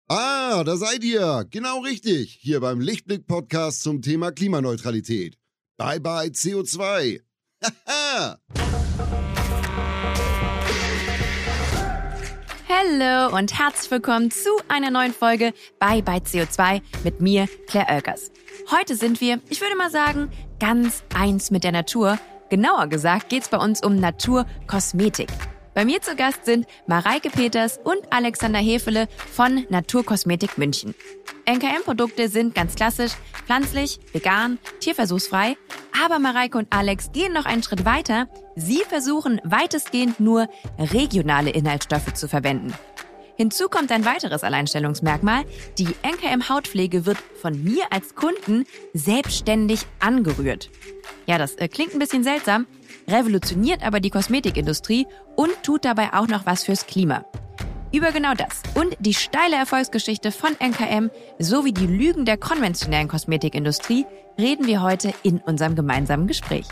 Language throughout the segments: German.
Ah, da seid ihr. Genau richtig. Hier beim Lichtblick-Podcast zum Thema Klimaneutralität. Bye bye CO2. Haha. Hallo und herzlich willkommen zu einer neuen Folge Bye Bye CO2 mit mir, Claire Oelkers. Heute sind wir, ich würde mal sagen, ganz eins mit der Natur. Genauer gesagt geht's bei uns um Naturkosmetik. Bei mir zu Gast sind Mareike Peters und Alexander Hefele von Naturkosmetik München. NKM-Produkte sind ganz klassisch, pflanzlich, vegan, tierversuchsfrei. Aber Mareike und Alex gehen noch einen Schritt weiter. Sie versuchen weitestgehend nur regionale Inhaltsstoffe zu verwenden. Hinzu kommt ein weiteres Alleinstellungsmerkmal. Die NKM-Hautpflege wird von mir als Kunden selbstständig angerührt. Ja, das klingt ein bisschen seltsam, revolutioniert aber die Kosmetikindustrie und tut dabei auch noch was fürs Klima. Über genau das und die steile Erfolgsgeschichte von NKM sowie die Lügen der konventionellen Kosmetikindustrie reden wir heute in unserem gemeinsamen Gespräch.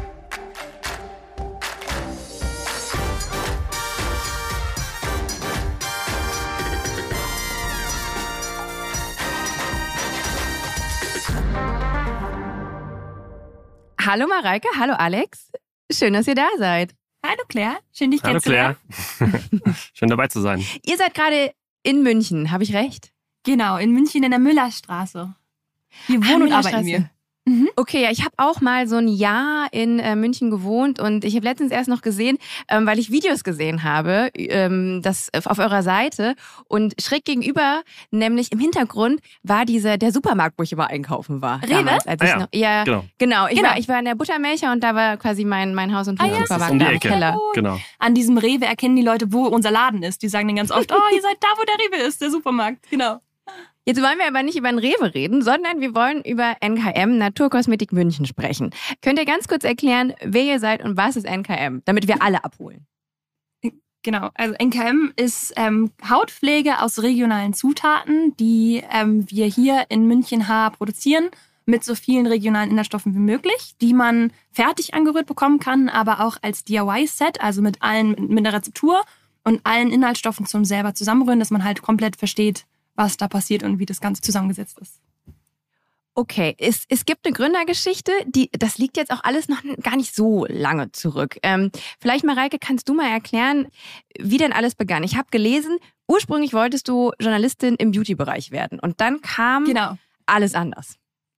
Hallo Mareike, hallo Alex. Schön, dass ihr da seid. Hallo Claire, schön dich kennenzulernen. Hallo Claire, schön dabei zu sein. Ihr seid gerade in München, habe ich recht? Genau, in München in der Müllerstraße. Wir wohnen und arbeiten wir. Okay, ja, ich habe auch mal so ein Jahr in München gewohnt und ich habe letztens erst noch gesehen, weil ich Videos gesehen habe, das auf eurer Seite und schräg gegenüber, nämlich im Hintergrund, war der Supermarkt, wo ich immer einkaufen war. Rewe? Damals, als ich noch, ja, genau. Ich war in der Buttermelcher und da war quasi mein Haus- und Supermarkt um die am Ecke. Keller. Genau. An diesem Rewe erkennen die Leute, wo unser Laden ist. Die sagen dann ganz oft, oh, ihr seid da, wo der Rewe ist, der Supermarkt. Genau. Jetzt wollen wir aber nicht über den Rewe reden, sondern wir wollen über NKM, Naturkosmetik München, sprechen. Könnt ihr ganz kurz erklären, wer ihr seid und was ist NKM, damit wir alle abholen? Genau, also NKM ist Hautpflege aus regionalen Zutaten, die wir hier in München produzieren, mit so vielen regionalen Inhaltsstoffen wie möglich, die man fertig angerührt bekommen kann, aber auch als DIY-Set, also mit einer Rezeptur und allen Inhaltsstoffen zum selber zusammenrühren, dass man halt komplett versteht, was da passiert und wie das Ganze zusammengesetzt ist. Okay, es gibt eine Gründergeschichte, das liegt jetzt auch alles noch gar nicht so lange zurück. Vielleicht, Mareike, kannst du mal erklären, wie denn alles begann? Ich habe gelesen, ursprünglich wolltest du Journalistin im Beauty-Bereich werden und dann kam alles anders.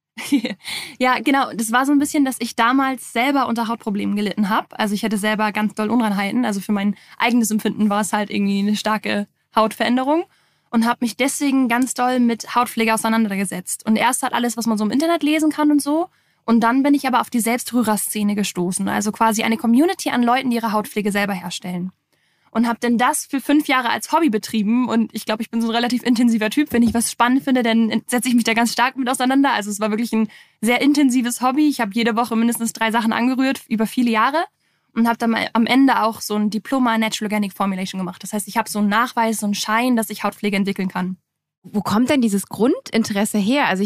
Ja, genau. Das war so ein bisschen, dass ich damals selber unter Hautproblemen gelitten habe. Also ich hatte selber ganz doll Unreinheiten. Also für mein eigenes Empfinden war es halt irgendwie eine starke Hautveränderung. Und habe mich deswegen ganz doll mit Hautpflege auseinandergesetzt. Und erst halt alles, was man so im Internet lesen kann und so. Und dann bin ich aber auf die Selbstrührerszene gestoßen. Also quasi eine Community an Leuten, die ihre Hautpflege selber herstellen. Und habe dann das für 5 Jahre als Hobby betrieben. Und ich glaube, ich bin so ein relativ intensiver Typ. Wenn ich was spannend finde, dann setze ich mich da ganz stark mit auseinander. Also es war wirklich ein sehr intensives Hobby. Ich habe jede Woche mindestens 3 Sachen angerührt, über viele Jahre. Und habe dann am Meine auch so ein Diploma Natural Organic Formulation gemacht. Das heißt, ich habe so einen Nachweis, so einen Schein, dass ich Hautpflege entwickeln kann. Wo kommt denn dieses Grundinteresse her? Also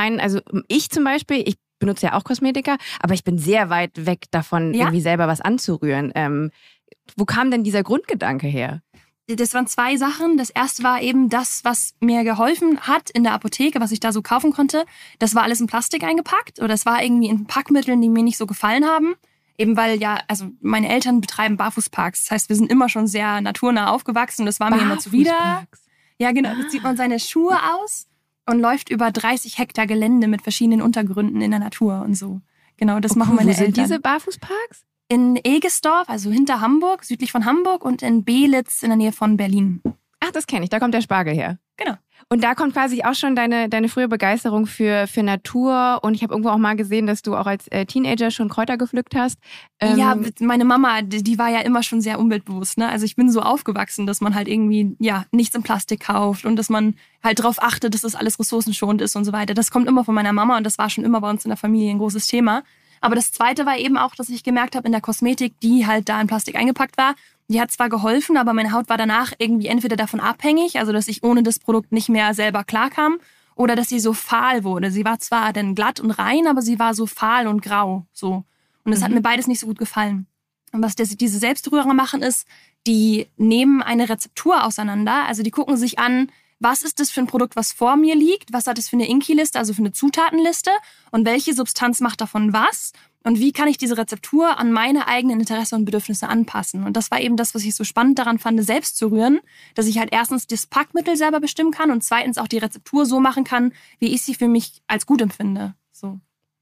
ich zum Beispiel, ich benutze ja auch Kosmetika, aber ich bin sehr weit weg davon, irgendwie selber was anzurühren. Wo kam denn dieser Grundgedanke her? Das waren 2 Sachen. Das erste war eben das, was mir geholfen hat in der Apotheke, was ich da so kaufen konnte. Das war alles in Plastik eingepackt oder es war irgendwie in Packmitteln, die mir nicht so gefallen haben. Eben weil meine Eltern betreiben Barfußparks. Das heißt, wir sind immer schon sehr naturnah aufgewachsen. Das war mir immer zuwider. Ja, genau. Jetzt zieht man seine Schuhe aus und läuft über 30 Hektar Gelände mit verschiedenen Untergründen in der Natur und so. Genau, das machen meine Eltern. Wo sind diese Barfußparks? In Egesdorf, also hinter Hamburg, südlich von Hamburg und in Belitz in der Nähe von Berlin. Ach, das kenne ich. Da kommt der Spargel her. Genau. Und da kommt quasi auch schon deine frühe Begeisterung für Natur. Und ich habe irgendwo auch mal gesehen, dass du auch als Teenager schon Kräuter gepflückt hast. Ja, meine Mama, die war ja immer schon sehr umweltbewusst. Ne? Also ich bin so aufgewachsen, dass man halt irgendwie nichts in Plastik kauft und dass man halt darauf achtet, dass das alles ressourcenschonend ist und so weiter. Das kommt immer von meiner Mama und das war schon immer bei uns in der Familie ein großes Thema. Aber das Zweite war eben auch, dass ich gemerkt habe in der Kosmetik, die halt da in Plastik eingepackt war, die hat zwar geholfen, aber meine Haut war danach irgendwie entweder davon abhängig, also dass ich ohne das Produkt nicht mehr selber klarkam, oder dass sie so fahl wurde. Sie war zwar dann glatt und rein, aber sie war so fahl und grau. So. Und das hat mir beides nicht so gut gefallen. Und was diese Selbstrührer machen ist, die nehmen eine Rezeptur auseinander. Also die gucken sich an, was ist das für ein Produkt, was vor mir liegt, was hat es für eine INCI-Liste, also für eine Zutatenliste und welche Substanz macht davon was und wie kann ich diese Rezeptur an meine eigenen Interessen und Bedürfnisse anpassen. Und das war eben das, was ich so spannend daran fand, selbst zu rühren, dass ich halt erstens das Packmittel selber bestimmen kann und zweitens auch die Rezeptur so machen kann, wie ich sie für mich als gut empfinde. So.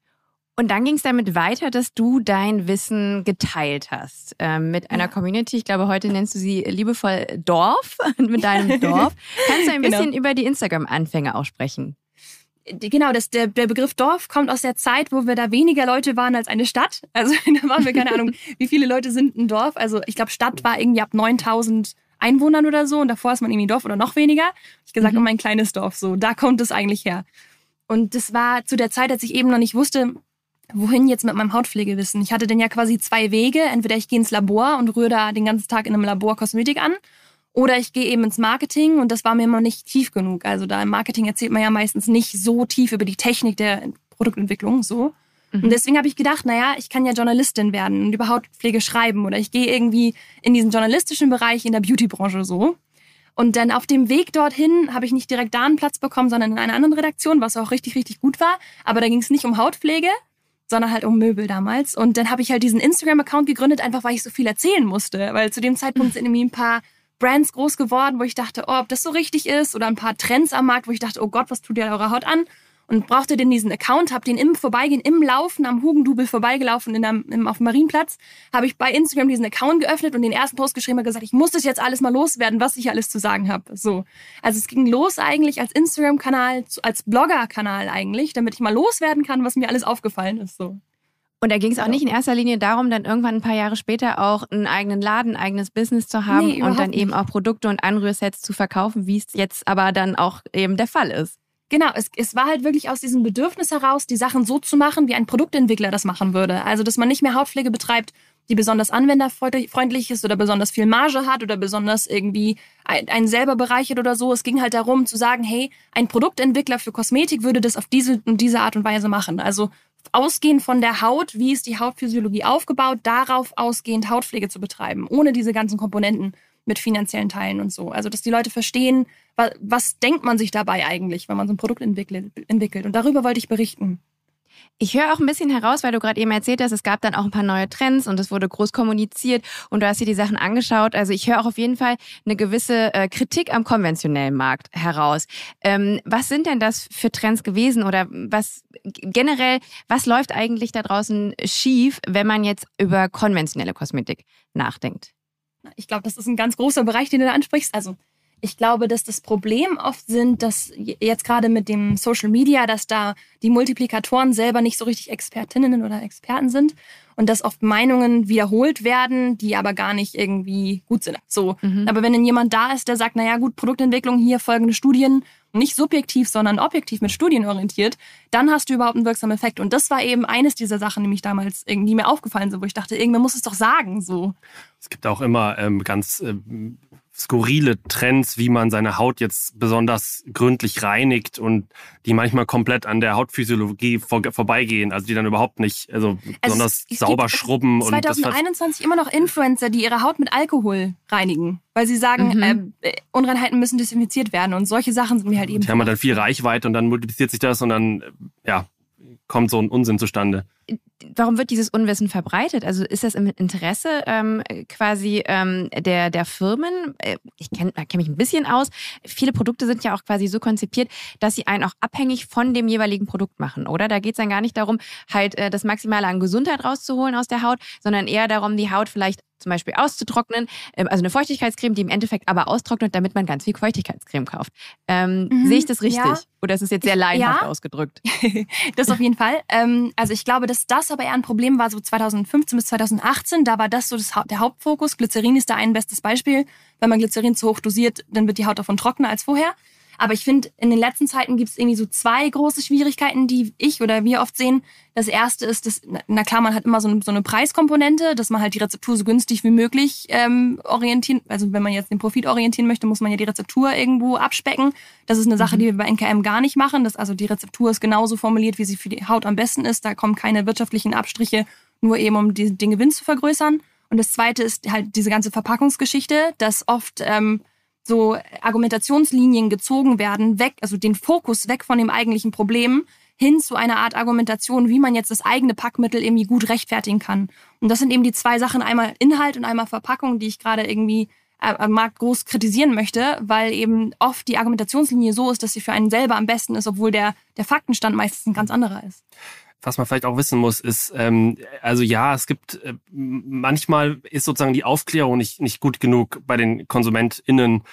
Und dann ging es damit weiter, dass du dein Wissen geteilt hast mit einer Community. Ich glaube, heute nennst du sie liebevoll Dorf, mit deinem Dorf. Kannst du ein bisschen über die Instagram-Anfänge auch sprechen? Genau, der Begriff Dorf kommt aus der Zeit, wo wir da weniger Leute waren als eine Stadt. Also da waren wir keine Ahnung, wie viele Leute sind ein Dorf. Also ich glaube, Stadt war irgendwie ab 9.000 Einwohnern oder so und davor ist man irgendwie Dorf oder noch weniger. Ich gesagt, um ein kleines Dorf, so, da kommt es eigentlich her. Und das war zu der Zeit, als ich eben noch nicht wusste, wohin jetzt mit meinem Hautpflegewissen. Ich hatte dann ja quasi 2 Wege. Entweder ich gehe ins Labor und rühre da den ganzen Tag in einem Labor Kosmetik an. Oder ich gehe eben ins Marketing und das war mir immer nicht tief genug. Also da im Marketing erzählt man ja meistens nicht so tief über die Technik der Produktentwicklung. So. Und deswegen habe ich gedacht, naja, ich kann ja Journalistin werden und über Hautpflege schreiben. Oder ich gehe irgendwie in diesen journalistischen Bereich in der Beautybranche so. Und dann auf dem Weg dorthin habe ich nicht direkt da einen Platz bekommen, sondern in einer anderen Redaktion, was auch richtig, richtig gut war. Aber da ging es nicht um Hautpflege, sondern halt um Möbel damals. Und dann habe ich halt diesen Instagram-Account gegründet, einfach weil ich so viel erzählen musste. Weil zu dem Zeitpunkt sind irgendwie ein paar Brands groß geworden, wo ich dachte, ob das so richtig ist. Oder ein paar Trends am Markt, wo ich dachte, oh Gott, was tut ihr eurer Haut an? Und brauchte denn diesen Account, habe den im Vorbeigehen, im Laufen, am Hugendubel vorbeigelaufen auf dem Marienplatz, habe ich bei Instagram diesen Account geöffnet und den ersten Post geschrieben und gesagt, ich muss das jetzt alles mal loswerden, was ich alles zu sagen habe. So. Also es ging los eigentlich als Instagram-Kanal, als Blogger-Kanal eigentlich, damit ich mal loswerden kann, was mir alles aufgefallen ist. So. Und da ging es auch nicht in erster Linie darum, dann irgendwann ein paar Jahre später auch einen eigenen Laden, ein eigenes Business zu haben und dann eben auch Produkte und Anrührsets zu verkaufen, wie es jetzt aber dann auch eben der Fall ist. Genau, es war halt wirklich aus diesem Bedürfnis heraus, die Sachen so zu machen, wie ein Produktentwickler das machen würde. Also, dass man nicht mehr Hautpflege betreibt, die besonders anwenderfreundlich ist oder besonders viel Marge hat oder besonders irgendwie einen selber bereichert oder so. Es ging halt darum zu sagen, hey, ein Produktentwickler für Kosmetik würde das auf diese und diese Art und Weise machen. Also ausgehend von der Haut, wie ist die Hautphysiologie aufgebaut, darauf ausgehend Hautpflege zu betreiben, ohne diese ganzen Komponenten mit finanziellen Teilen und so. Also, dass die Leute verstehen, was denkt man sich dabei eigentlich, wenn man so ein Produkt entwickelt. Und darüber wollte ich berichten. Ich höre auch ein bisschen heraus, weil du gerade eben erzählt hast, es gab dann auch ein paar neue Trends und es wurde groß kommuniziert und du hast dir die Sachen angeschaut. Also ich höre auch auf jeden Fall eine gewisse Kritik am konventionellen Markt heraus. Was sind denn das für Trends gewesen oder was läuft eigentlich da draußen schief, wenn man jetzt über konventionelle Kosmetik nachdenkt? Ich glaube, das ist ein ganz großer Bereich, den du da ansprichst. Also ich glaube, dass das Problem oft sind, dass jetzt gerade mit dem Social Media, dass da die Multiplikatoren selber nicht so richtig Expertinnen oder Experten sind und dass oft Meinungen wiederholt werden, die aber gar nicht irgendwie gut sind. So. Aber wenn dann jemand da ist, der sagt, naja gut, Produktentwicklung, hier folgende Studien, nicht subjektiv, sondern objektiv mit Studien orientiert, dann hast du überhaupt einen wirksamen Effekt. Und das war eben eines dieser Sachen, die mich damals irgendwie mir aufgefallen sind, wo ich dachte, irgendwer muss es doch sagen. So. Es gibt auch immer ganz skurrile Trends, wie man seine Haut jetzt besonders gründlich reinigt und die manchmal komplett an der Hautphysiologie vorbeigehen, also die dann überhaupt nicht besonders sauber schrubben. 2021 immer noch Influencer, die ihre Haut mit Alkohol reinigen, weil sie sagen, Unreinheiten müssen desinfiziert werden und solche Sachen sind mir halt eben... Die haben dann viel Reichweite und dann multipliziert sich das und dann kommt so ein Unsinn zustande. Warum wird dieses Unwissen verbreitet? Also ist das im Interesse der Firmen? Ich kenne mich ein bisschen aus. Viele Produkte sind ja auch quasi so konzipiert, dass sie einen auch abhängig von dem jeweiligen Produkt machen, oder? Da geht es dann gar nicht darum, halt das Maximale an Gesundheit rauszuholen aus der Haut, sondern eher darum, die Haut vielleicht zum Beispiel auszutrocknen, also eine Feuchtigkeitscreme, die im Endeffekt aber austrocknet, damit man ganz viel Feuchtigkeitscreme kauft. Sehe ich das richtig? Ja. Oder ist es jetzt sehr laienhaft ausgedrückt? Das auf jeden Fall. Also ich glaube, dass das aber eher ein Problem war, so 2015 bis 2018. Da war das so der Hauptfokus. Glycerin ist da ein bestes Beispiel. Wenn man Glycerin zu hoch dosiert, dann wird die Haut davon trockener als vorher. Aber ich finde, in den letzten Zeiten gibt es irgendwie so 2 große Schwierigkeiten, die ich oder wir oft sehen. Das erste ist, dass, na klar, man hat immer so eine Preiskomponente, dass man halt die Rezeptur so günstig wie möglich orientieren. Also wenn man jetzt den Profit orientieren möchte, muss man ja die Rezeptur irgendwo abspecken. Das ist eine Sache, die wir bei NKM gar nicht machen. Also die Rezeptur ist genauso formuliert, wie sie für die Haut am besten ist. Da kommen keine wirtschaftlichen Abstriche, nur eben um den Gewinn zu vergrößern. Und das zweite ist halt diese ganze Verpackungsgeschichte, dass oft so Argumentationslinien gezogen werden, weg, also den Fokus weg von dem eigentlichen Problem hin zu einer Art Argumentation, wie man jetzt das eigene Packmittel irgendwie gut rechtfertigen kann. Und das sind eben die zwei Sachen, einmal Inhalt und einmal Verpackung, die ich gerade irgendwie am Markt groß kritisieren möchte, weil eben oft die Argumentationslinie so ist, dass sie für einen selber am besten ist, obwohl der Faktenstand meistens ein ganz anderer ist. Was man vielleicht auch wissen muss, ist, also ja, es gibt, manchmal ist sozusagen die Aufklärung nicht gut genug bei den KonsumentInnen,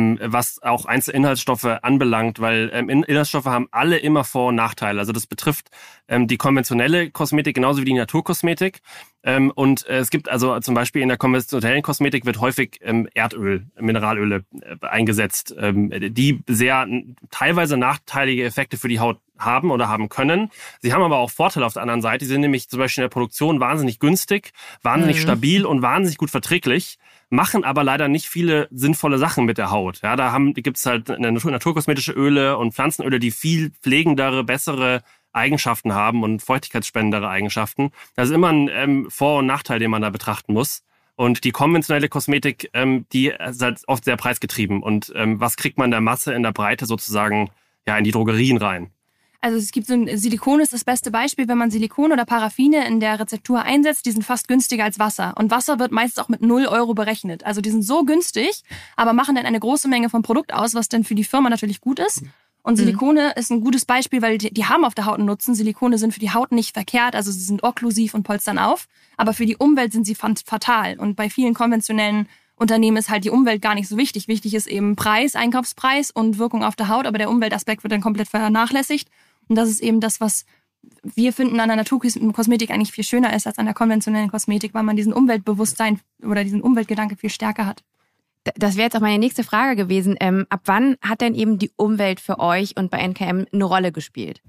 was auch einzelne Inhaltsstoffe anbelangt, weil Inhaltsstoffe haben alle immer Vor- und Nachteile. Also das betrifft die konventionelle Kosmetik genauso wie die Naturkosmetik. Und es gibt also zum Beispiel in der konventionellen Kosmetik wird häufig Erdöl, Mineralöle eingesetzt, die sehr teilweise nachteilige Effekte für die Haut haben oder haben können. Sie haben aber auch Vorteile auf der anderen Seite. Sie sind nämlich zum Beispiel in der Produktion wahnsinnig günstig, wahnsinnig stabil und wahnsinnig gut verträglich, machen aber leider nicht viele sinnvolle Sachen mit der Haut. Ja, da gibt's halt naturkosmetische Öle und Pflanzenöle, die viel pflegendere, bessere Eigenschaften haben und feuchtigkeitsspendendere Eigenschaften. Das ist immer ein Vor- und Nachteil, den man da betrachten muss. Und die konventionelle Kosmetik, die ist halt oft sehr preisgetrieben. Und was kriegt man in der Masse, in der Breite sozusagen in die Drogerien rein? Also es gibt so ein Silikon ist das beste Beispiel, wenn man Silikon oder Paraffine in der Rezeptur einsetzt, die sind fast günstiger als Wasser. Und Wasser wird meistens auch mit 0 € berechnet. Also die sind so günstig, aber machen dann eine große Menge vom Produkt aus, was dann für die Firma natürlich gut ist. Und Silikone ist ein gutes Beispiel, weil die haben auf der Haut einen Nutzen. Silikone sind für die Haut nicht verkehrt, also sie sind okklusiv und polstern auf. Aber für die Umwelt sind sie fatal. Und bei vielen konventionellen Unternehmen ist halt die Umwelt gar nicht so wichtig. Wichtig ist eben Preis, Einkaufspreis und Wirkung auf der Haut, aber der Umweltaspekt wird dann komplett vernachlässigt. Und das ist eben das, was wir finden an der Naturkosmetik eigentlich viel schöner ist als an der konventionellen Kosmetik, weil man diesen Umweltbewusstsein oder diesen Umweltgedanke viel stärker hat. Das wäre jetzt auch meine nächste Frage gewesen. Ab wann hat denn eben die Umwelt für euch und bei NKM eine Rolle gespielt?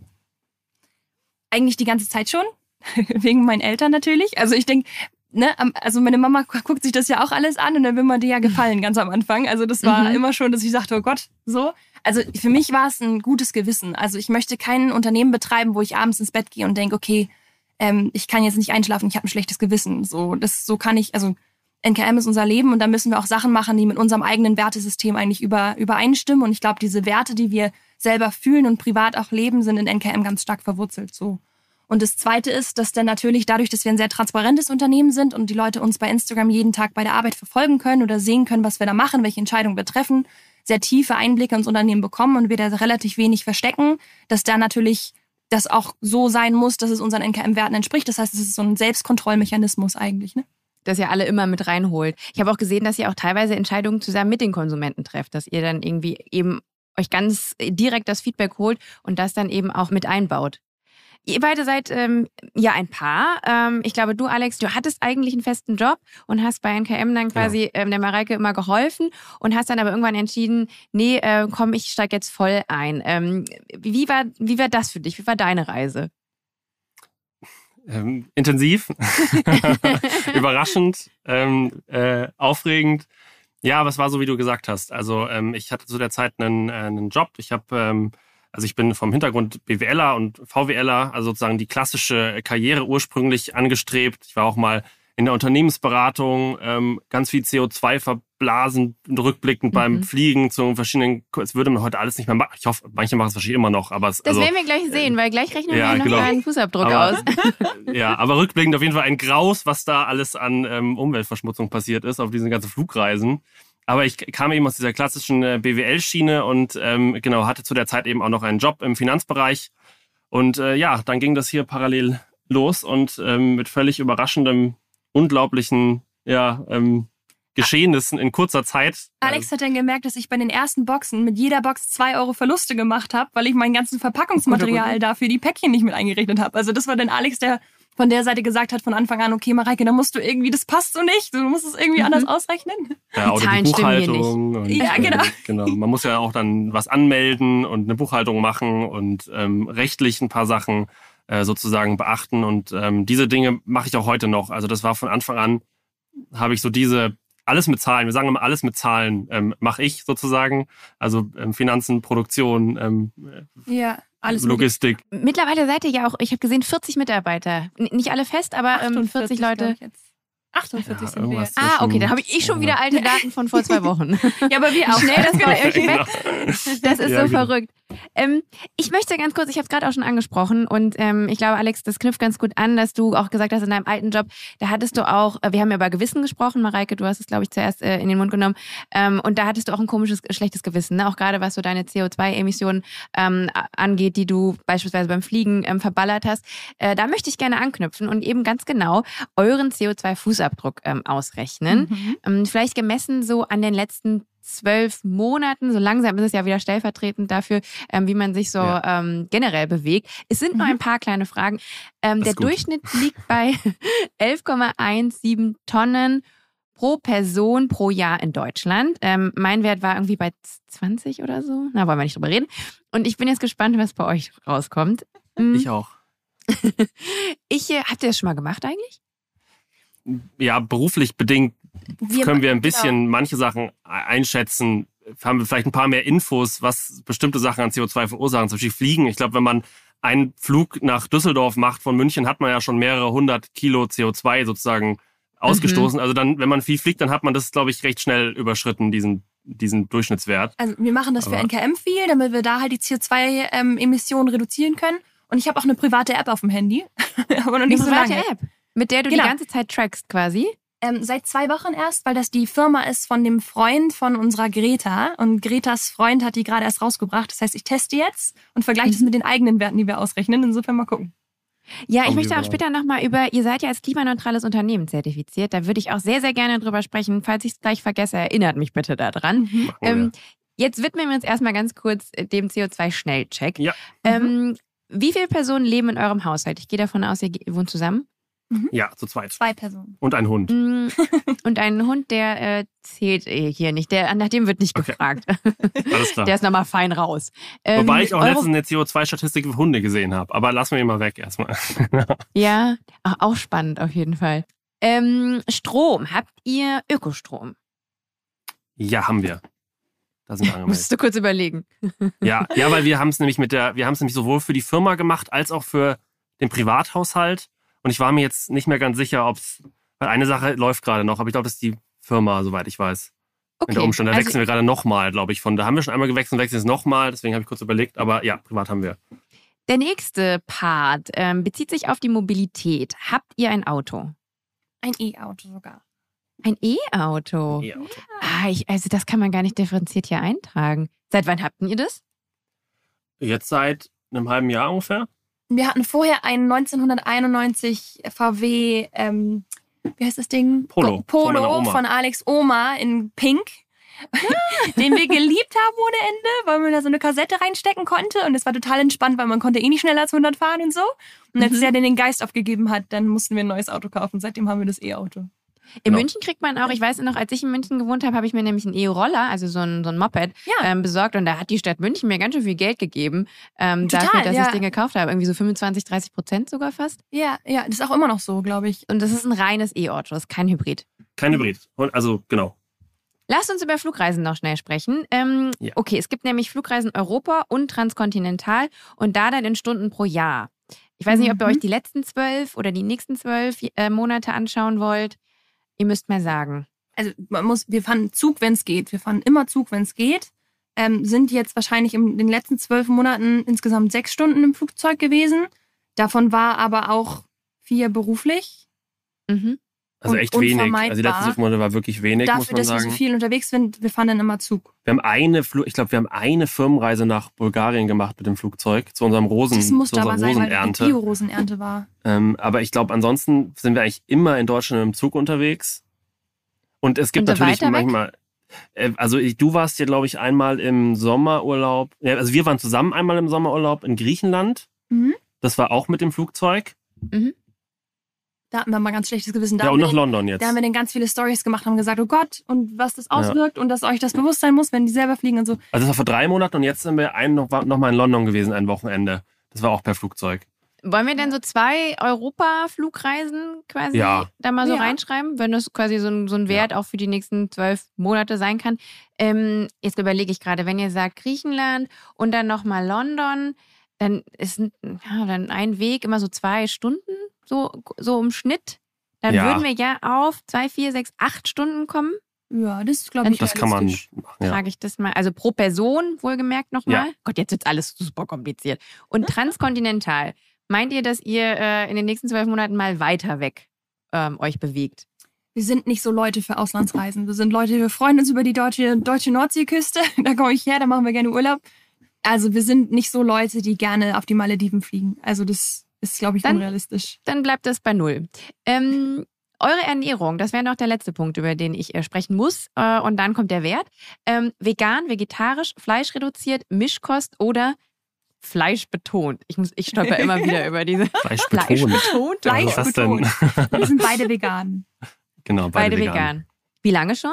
Eigentlich die ganze Zeit schon, wegen meinen Eltern natürlich. Also ich denke, also meine Mama guckt sich das ja auch alles an und dann will man dir ja gefallen ganz am Anfang. Also das war immer schon, dass ich dachte, oh Gott, so. Also für mich war es ein gutes Gewissen. Also ich möchte kein Unternehmen betreiben, wo ich abends ins Bett gehe und denke, okay, ich kann jetzt nicht einschlafen, ich habe ein schlechtes Gewissen. So kann ich, also NKM ist unser Leben und da müssen wir auch Sachen machen, die mit unserem eigenen Wertesystem eigentlich übereinstimmen. Und ich glaube, diese Werte, die wir selber fühlen und privat auch leben, sind in NKM ganz stark verwurzelt. So. Und das Zweite ist, dass dann natürlich dadurch, dass wir ein sehr transparentes Unternehmen sind und die Leute uns bei Instagram jeden Tag bei der Arbeit verfolgen können oder sehen können, was wir da machen, welche Entscheidungen wir treffen, sehr tiefe Einblicke ins Unternehmen bekommen und wir da relativ wenig verstecken, dass da natürlich das auch so sein muss, dass es unseren NKM-Werten entspricht. Das heißt, es ist so ein Selbstkontrollmechanismus eigentlich, ne? Dass ihr alle immer mit reinholt. Ich habe auch gesehen, dass ihr auch teilweise Entscheidungen zusammen mit den Konsumenten trefft, dass ihr dann irgendwie eben euch ganz direkt das Feedback holt und das dann eben auch mit einbaut. Ihr beide seid ja ein Paar. Ich glaube, du, Alex, du hattest eigentlich einen festen Job und hast bei NKM dann quasi der Mareike immer geholfen und hast dann aber irgendwann entschieden, nee, komm, ich steige jetzt voll ein. Wie war das für dich? Wie war deine Reise? Intensiv, überraschend, aufregend. Ja, aber es war so, wie du gesagt hast. Also ich hatte zu der Zeit einen Job. Ich bin vom Hintergrund BWLer und VWLer, also sozusagen die klassische Karriere ursprünglich angestrebt. Ich war auch mal in der Unternehmensberatung, ganz viel CO2 verblasen, rückblickend beim Fliegen zu verschiedenen, es würde man heute alles nicht mehr machen. Ich hoffe, manche machen es wahrscheinlich immer noch. Aber das werden wir gleich sehen, weil gleich rechnen wir noch einen Fußabdruck aus. Ja, aber rückblickend auf jeden Fall ein Graus, was da alles an Umweltverschmutzung passiert ist auf diesen ganzen Flugreisen. Aber ich kam eben aus dieser klassischen BWL-Schiene und hatte zu der Zeit eben auch noch einen Job im Finanzbereich. Und dann ging das hier parallel los und mit völlig überraschendem, unglaublichen Geschehnissen in kurzer Zeit. Alex hat dann gemerkt, dass ich bei den ersten Boxen mit jeder Box 2 € Verluste gemacht habe, weil ich mein ganzes Verpackungsmaterial dafür die Päckchen nicht mit eingerechnet habe. Also das war dann Alex, der von der Seite gesagt hat von Anfang an, okay, Mareike, da musst du irgendwie, das passt so nicht, du musst es irgendwie anders ausrechnen. Ja, oder die Buchhaltung. Und, ja, genau. Man muss ja auch dann was anmelden und eine Buchhaltung machen und rechtlich ein paar Sachen sozusagen beachten. Und diese Dinge mache ich auch heute noch. Also das war von Anfang an, habe ich so alles mit Zahlen, wir sagen immer alles mit Zahlen, mache ich sozusagen. Also Finanzen, Produktion, alles Logistik. Mittlerweile seid ihr ja auch, ich habe gesehen, 40 Mitarbeiter. Nicht alle fest, aber 40 Leute. 48 sind wir. irgendwas Ja. Ah, okay, dann habe ich schon wieder alte Daten von vor 2 Wochen. Ja, aber wir auch. Schnell das bei euch Genau. weg. Das ist Ja, so genau. verrückt. Ich möchte ganz kurz, ich habe es gerade auch schon angesprochen und ich glaube, Alex, das knüpft ganz gut an, dass du auch gesagt hast, in deinem alten Job, da hattest du auch, wir haben ja über Gewissen gesprochen, Mareike, du hast es, glaube ich, zuerst in den Mund genommen und da hattest du auch ein komisches, schlechtes Gewissen, ne? Auch gerade was so deine CO2-Emissionen angeht, die du beispielsweise beim Fliegen verballert hast. Da möchte ich gerne anknüpfen und eben ganz genau euren CO2-Fußabdruck ausrechnen. Vielleicht gemessen so an den letzten 12 Monaten, so langsam ist es ja wieder stellvertretend dafür, wie man sich so generell bewegt. Es sind nur ein paar kleine Fragen. Der gut. Durchschnitt liegt bei 11,17 Tonnen pro Person pro Jahr in Deutschland. Mein Wert war irgendwie bei 20 oder so. Na, wollen wir nicht drüber reden. Und ich bin jetzt gespannt, was bei euch rauskommt. Ich auch. Habt ihr das schon mal gemacht eigentlich? Ja, beruflich bedingt können wir ein genau. bisschen manche Sachen einschätzen. Haben wir vielleicht ein paar mehr Infos, was bestimmte Sachen an CO2 verursachen, zum Beispiel Fliegen. Ich glaube, wenn man einen Flug nach Düsseldorf macht von München, hat man ja schon mehrere 100 Kilo CO2 sozusagen ausgestoßen. Also dann, wenn man viel fliegt, dann hat man das, glaube ich, recht schnell überschritten, diesen Durchschnittswert. Also wir machen das für Aber- NKM viel, damit wir da halt die CO2-Emissionen reduzieren können. Und ich habe auch eine private App auf dem Handy. Aber noch nicht Eine so private lange. App, mit der du Genau. die ganze Zeit trackst quasi. Seit 2 Wochen erst, weil das die Firma ist von dem Freund von unserer Greta. Und Gretas Freund hat die gerade erst rausgebracht. Das heißt, ich teste jetzt und vergleiche das mit den eigenen Werten, die wir ausrechnen. Insofern mal gucken. Ja, ich Kommen möchte wir auch später nochmal ihr seid ja als klimaneutrales Unternehmen zertifiziert. Da würde ich auch sehr, sehr gerne drüber sprechen. Falls ich es gleich vergesse, erinnert mich bitte daran. Machen wir. Jetzt widmen wir uns erstmal ganz kurz dem CO2-Schnellcheck. Ja. Wie viele Personen leben in eurem Haushalt? Ich gehe davon aus, ihr wohnt zusammen. Ja, zu zweit. 2 Personen. Und ein Hund. Und ein Hund, der zählt hier nicht. Nach dem wird nicht Okay. gefragt. Alles klar. Der ist nochmal fein raus. Wobei ich auch eure- letztens eine CO2-Statistik für Hunde gesehen habe. Aber lassen wir ihn mal weg erstmal. Ja, auch spannend auf jeden Fall. Strom. Habt ihr Ökostrom? Ja, haben wir. Da sind wir angemeldet. Musst du kurz überlegen. Ja, weil wir haben es nämlich sowohl für die Firma gemacht, als auch für den Privathaushalt. Und ich war mir jetzt nicht mehr ganz sicher, weil eine Sache läuft gerade noch, aber ich glaube, das ist die Firma, soweit ich weiß. Okay. In der Umstand. Da also- wechseln wir gerade nochmal, glaube ich. Da haben wir schon einmal gewechselt und wechseln jetzt nochmal. Deswegen habe ich kurz überlegt. Aber ja, privat haben wir. Der nächste Part bezieht sich auf die Mobilität. Habt ihr ein Auto? Ein E-Auto sogar. Ein E-Auto? E-Auto. Also das kann man gar nicht differenziert hier eintragen. Seit wann habt ihr das? Jetzt seit einem halben Jahr ungefähr. Wir hatten vorher einen 1991 VW, wie heißt das Ding? Polo. Von meiner Polo Oma. von Alex Oma in Pink. Den wir geliebt haben ohne Ende, weil man da so eine Kassette reinstecken konnte. Und es war total entspannt, weil man konnte eh nicht schneller als 100 fahren und so. Und als der den Geist aufgegeben hat, dann mussten wir ein neues Auto kaufen. Seitdem haben wir das E-Auto. In Genau. München kriegt man auch, ich weiß noch, als ich in München gewohnt habe, habe ich mir nämlich einen E-Roller, also so ein Moped, Ja. besorgt. Und da hat die Stadt München mir ganz schön viel Geld gegeben, dafür, dass ich ja. das Ding gekauft habe. Irgendwie so 25-30% sogar fast. Ja, das ist auch immer noch so, glaube ich. Und das ist ein reines E-Auto, das ist kein Hybrid. Kein Hybrid. Also, genau. Lasst uns über Flugreisen noch schnell sprechen. Ja. Okay, es gibt nämlich Flugreisen Europa und transkontinental und da dann in Stunden pro Jahr. Ich weiß nicht, ob ihr euch die letzten 12 oder die nächsten 12 Monate anschauen wollt. Ihr müsst mal sagen. Also wir fahren Zug, wenn es geht. Wir fahren immer Zug, wenn es geht. Sind jetzt wahrscheinlich in den letzten 12 Monaten insgesamt 6 Stunden im Flugzeug gewesen. Davon war aber auch 4 beruflich. Mhm. Also Und echt wenig. unvermeidbar. Also die letzten 5 Monate war wirklich wenig, muss Dafür, man dass wir sagen. so viel unterwegs sind, wir fahren dann immer Zug. Wir haben eine Firmenreise nach Bulgarien gemacht mit dem Flugzeug zu unserem Das musste zu aber unserer sein, weil die Rosenernte. Bio-Rosenernte war. Aber ich glaube, ansonsten sind wir eigentlich immer in Deutschland mit dem Zug unterwegs. Und es gibt Und so natürlich weiter weg? manchmal. Du warst ja, glaube ich, einmal im Sommerurlaub. Ja, also wir waren zusammen einmal im Sommerurlaub in Griechenland. Mhm. Das war auch mit dem Flugzeug. Da hatten wir mal ganz schlechtes Gewissen. Da Ja, haben und wir nach London jetzt. Da haben wir dann ganz viele Storys gemacht, haben gesagt, oh Gott, und was das auswirkt und dass euch das bewusst sein muss, wenn die selber fliegen und so. Also das war vor 3 Monaten und jetzt sind wir noch mal in London gewesen, ein Wochenende. Das war auch per Flugzeug. Wollen wir denn so 2 Europa-Flugreisen quasi da mal so Ja. reinschreiben, wenn das quasi so ein Wert auch für die nächsten 12 Monate sein kann? Jetzt überlege ich gerade, wenn ihr sagt Griechenland und dann nochmal London, dann ist dann ein Weg immer so 2 Stunden, so im Schnitt. Dann würden wir ja auf 2, 4, 6, 8 Stunden kommen. Ja, das ist, glaube ich, das kann man machen. Ja. Frage ich das mal. Also pro Person, wohlgemerkt nochmal. Ja. Gott, jetzt wird alles super kompliziert. Und transkontinental. Meint ihr, dass ihr in den nächsten 12 Monaten mal weiter weg euch bewegt? Wir sind nicht so Leute für Auslandsreisen. Wir sind Leute, wir freuen uns über die deutsche Nordseeküste. Da komme ich her, da machen wir gerne Urlaub. Also wir sind nicht so Leute, die gerne auf die Malediven fliegen. Also das ist, glaube ich, unrealistisch. Dann bleibt das bei 0. Eure Ernährung, das wäre noch der letzte Punkt, über den ich sprechen muss. Und dann kommt der Wert. Vegan, vegetarisch, fleischreduziert, Mischkost oder fleischbetont. Ich stolper immer wieder über diese Fleischbetont. Fleischbetont. Wir sind beide vegan. Genau, beide vegan. Wie lange schon?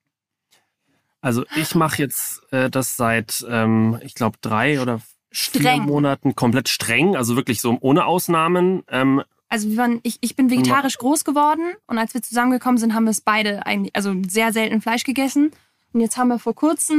Also ich mache jetzt das seit, ich glaube, 3 oder 4 Monaten komplett streng. Also wirklich so ohne Ausnahmen. Also ich bin vegetarisch groß geworden und als wir zusammengekommen sind, haben wir es beide eigentlich, also sehr selten Fleisch gegessen. Und jetzt haben wir vor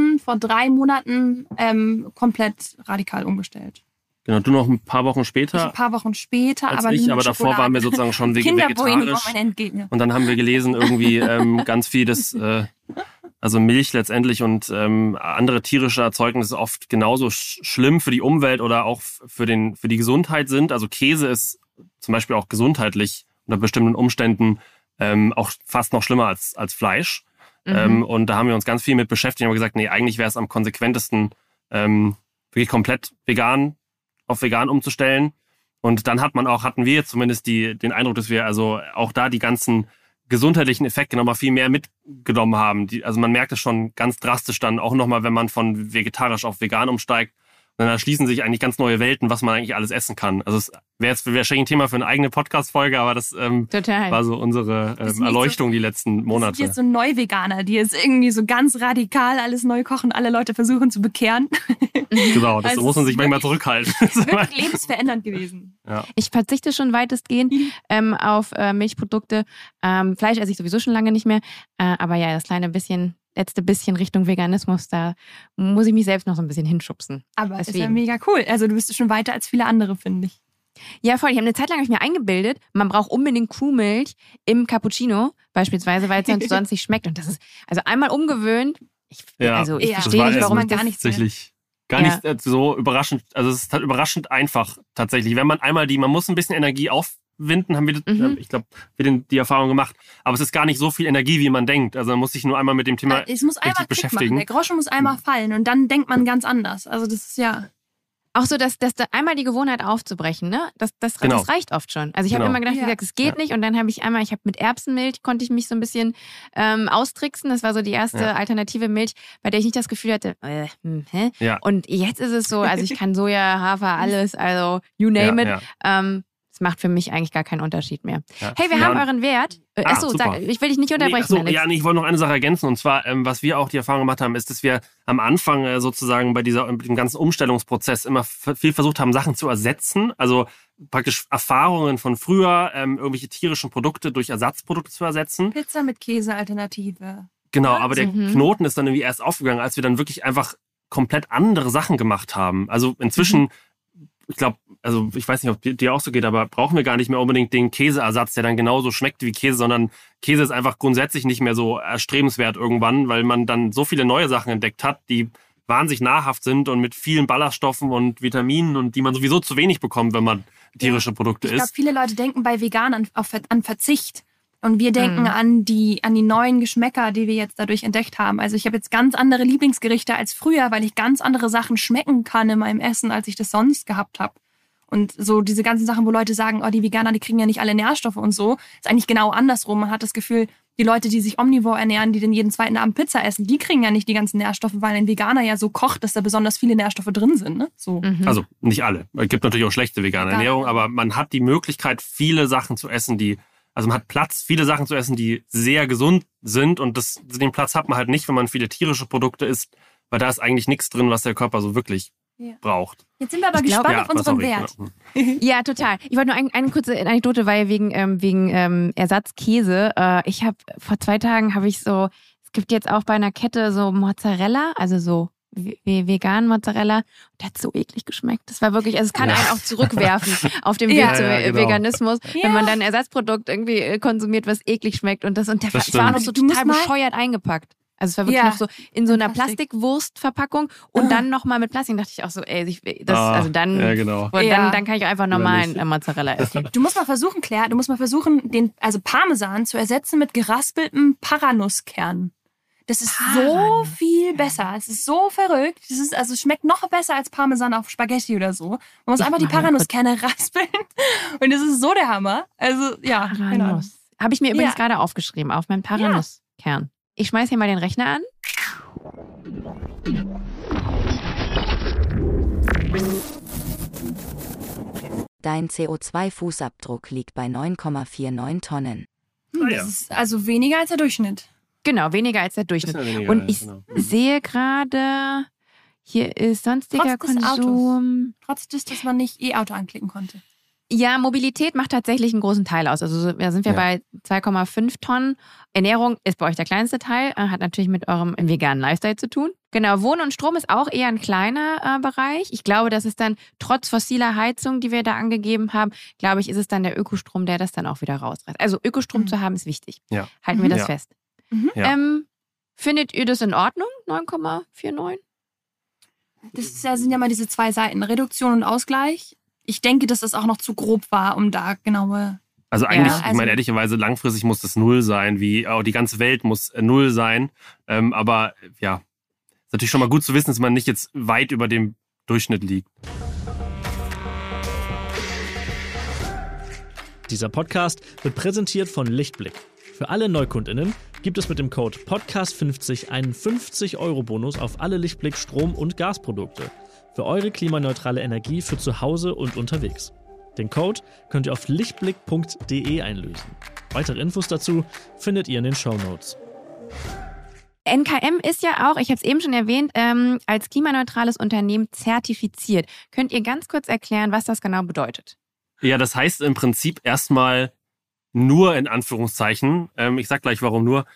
3 Monaten, komplett radikal umgestellt. Genau, du noch ein paar Wochen später. Ein paar Wochen später, aber davor waren wir sozusagen schon vegetarisch. Und dann haben wir gelesen, irgendwie ganz viel, dass also Milch letztendlich und andere tierische Erzeugnisse oft genauso schlimm für die Umwelt oder auch für die Gesundheit sind. Also Käse ist zum Beispiel auch gesundheitlich unter bestimmten Umständen auch fast noch schlimmer als Fleisch. Und da haben wir uns ganz viel mit beschäftigt und haben gesagt, nee, eigentlich wäre es am konsequentesten, wirklich komplett auf vegan umzustellen. Und dann hatten wir zumindest den Eindruck, dass wir also auch da die ganzen gesundheitlichen Effekte nochmal viel mehr mitgenommen haben. Also man merkt es schon ganz drastisch dann auch nochmal, wenn man von vegetarisch auf vegan umsteigt. Dann erschließen sich eigentlich ganz neue Welten, was man eigentlich alles essen kann. Also es wäre wahrscheinlich ein Thema für eine eigene Podcast-Folge, aber das war so unsere Erleuchtung die letzten Monate. Das sind jetzt so Neu-Veganer, die jetzt irgendwie so ganz radikal alles neu kochen, alle Leute versuchen zu bekehren. Genau, das muss man sich manchmal zurückhalten. Das ist wirklich lebensverändernd gewesen. Ja. Ich verzichte schon weitestgehend auf Milchprodukte. Fleisch esse ich sowieso schon lange nicht mehr. Aber ja, das letzte bisschen Richtung Veganismus, da muss ich mich selbst noch so ein bisschen hinschubsen. Aber es ist ja mega cool. Also du bist schon weiter als viele andere, finde ich. Ja, voll. Ich habe eine Zeit lang mir eingebildet, man braucht unbedingt Kuhmilch im Cappuccino beispielsweise, weil es sonst nicht schmeckt. Und das ist also einmal umgewöhnt. Ich verstehe nicht, warum man gar nichts tatsächlich gar nicht so überraschend. Also es ist halt überraschend einfach tatsächlich. Wenn man man muss ein bisschen Energie aufwinden, haben wir, ich glaube, die Erfahrung gemacht. Aber es ist gar nicht so viel Energie, wie man denkt. Also man muss sich nur einmal mit dem Thema es muss einmal beschäftigen. Der Groschen muss einmal fallen und dann denkt man ganz anders. Also das ist ja auch so, dass da einmal die Gewohnheit aufzubrechen, ne? Das reicht oft schon. Also ich habe immer gedacht, wie gesagt, es geht nicht. Und dann habe ich mit Erbsenmilch konnte ich mich so ein bisschen austricksen. Das war so die erste alternative Milch, bei der ich nicht das Gefühl hatte, Ja. Und jetzt ist es so, also ich kann Soja, Hafer, alles, also you name it. Es macht für mich eigentlich gar keinen Unterschied mehr. Ja. Hey, wir haben euren Wert. Ich will dich nicht unterbrechen. Ich wollte noch eine Sache ergänzen. Und zwar, was wir auch die Erfahrung gemacht haben, ist, dass wir am Anfang sozusagen bei dem ganzen Umstellungsprozess immer viel versucht haben, Sachen zu ersetzen. Also praktisch Erfahrungen von früher, irgendwelche tierischen Produkte durch Ersatzprodukte zu ersetzen. Pizza mit Käse-Alternative. Genau, aber der Knoten ist dann irgendwie erst aufgegangen, als wir dann wirklich einfach komplett andere Sachen gemacht haben. Also inzwischen ich glaube, also ich weiß nicht, ob dir auch so geht, aber brauchen wir gar nicht mehr unbedingt den Käseersatz, der dann genauso schmeckt wie Käse, sondern Käse ist einfach grundsätzlich nicht mehr so erstrebenswert irgendwann, weil man dann so viele neue Sachen entdeckt hat, die wahnsinnig nahrhaft sind und mit vielen Ballaststoffen und Vitaminen und die man sowieso zu wenig bekommt, wenn man tierische Produkte isst. Ich glaube, viele Leute denken bei Vegan an Verzicht. Und wir denken an die neuen Geschmäcker, die wir jetzt dadurch entdeckt haben. Also ich habe jetzt ganz andere Lieblingsgerichte als früher, weil ich ganz andere Sachen schmecken kann in meinem Essen, als ich das sonst gehabt habe. Und so diese ganzen Sachen, wo Leute sagen, die Veganer, die kriegen ja nicht alle Nährstoffe und so, ist eigentlich genau andersrum. Man hat das Gefühl, die Leute, die sich omnivor ernähren, die dann jeden zweiten Abend Pizza essen, die kriegen ja nicht die ganzen Nährstoffe, weil ein Veganer ja so kocht, dass da besonders viele Nährstoffe drin sind. Ne? So. Also nicht alle. Es gibt natürlich auch schlechte vegane Ernährung, aber man hat die Möglichkeit, viele Sachen zu essen, also man hat Platz, viele Sachen zu essen, die sehr gesund sind und den Platz hat man halt nicht, wenn man viele tierische Produkte isst, weil da ist eigentlich nichts drin, was der Körper so wirklich braucht. Jetzt sind wir aber gespannt auf unseren Wert. Ja, total. Ich wollte nur eine kurze Anekdote, weil wegen Ersatzkäse. Ich habe vor 2 Tagen es gibt jetzt auch bei einer Kette so Mozzarella, also so veganen Mozzarella. Der hat so eklig geschmeckt. Das war wirklich, also es kann einen auch zurückwerfen auf dem Weg zum Veganismus, wenn man dann ein Ersatzprodukt irgendwie konsumiert, was eklig schmeckt. Und das war noch so total bescheuert eingepackt. Also es war wirklich noch so in so einer Plastikwurstverpackung und dann nochmal mit Plastik. Da dachte ich auch so, dann kann ich auch einfach normalen Mozzarella essen. Du musst mal versuchen, Claire, den Parmesan zu ersetzen mit geraspeltem Paranusskern. Das ist so viel besser. Es ist so verrückt. Es schmeckt noch besser als Parmesan auf Spaghetti oder so. Man muss einfach die Paranuskerne raspeln. Und das ist so der Hammer. Also, ja. Paranus. Habe ich mir übrigens gerade aufgeschrieben, auf meinen Paranuskern. Ich schmeiß hier mal den Rechner an. Dein CO2-Fußabdruck liegt bei 9,49 Tonnen. Das ist also weniger als der Durchschnitt. Genau, weniger als der Durchschnitt. Und ich sehe gerade, hier ist sonstiger Konsum. Trotz des, dass man nicht E-Auto anklicken konnte. Ja, Mobilität macht tatsächlich einen großen Teil aus. Also da sind wir bei 2,5 Tonnen. Ernährung ist bei euch der kleinste Teil, hat natürlich mit eurem veganen Lifestyle zu tun. Genau, Wohnen und Strom ist auch eher ein kleiner Bereich. Ich glaube, das ist dann trotz fossiler Heizung, die wir da angegeben haben, glaube ich, ist es dann der Ökostrom, der das dann auch wieder rausreißt. Also Ökostrom zu haben ist wichtig. Ja. Halten wir das fest. Findet ihr das in Ordnung, 9,49? Das sind ja mal diese zwei Seiten, Reduktion und Ausgleich. Ich denke, dass das auch noch zu grob war, um da genaue... Also eigentlich, ich meine, ehrlicherweise langfristig muss das 0 sein, wie auch die ganze Welt muss 0 sein. Aber ja, ist natürlich schon mal gut zu wissen, dass man nicht jetzt weit über dem Durchschnitt liegt. Dieser Podcast wird präsentiert von Lichtblick. Für alle NeukundInnen gibt es mit dem Code PODCAST50 einen 50-Euro-Bonus auf alle Lichtblick Strom- und Gasprodukte. Für eure klimaneutrale Energie für zu Hause und unterwegs. Den Code könnt ihr auf lichtblick.de einlösen. Weitere Infos dazu findet ihr in den Shownotes. NKM ist ja auch, ich habe es eben schon erwähnt, als klimaneutrales Unternehmen zertifiziert. Könnt ihr ganz kurz erklären, was das genau bedeutet? Ja, das heißt im Prinzip erstmal nur in Anführungszeichen, ich sag gleich warum nur,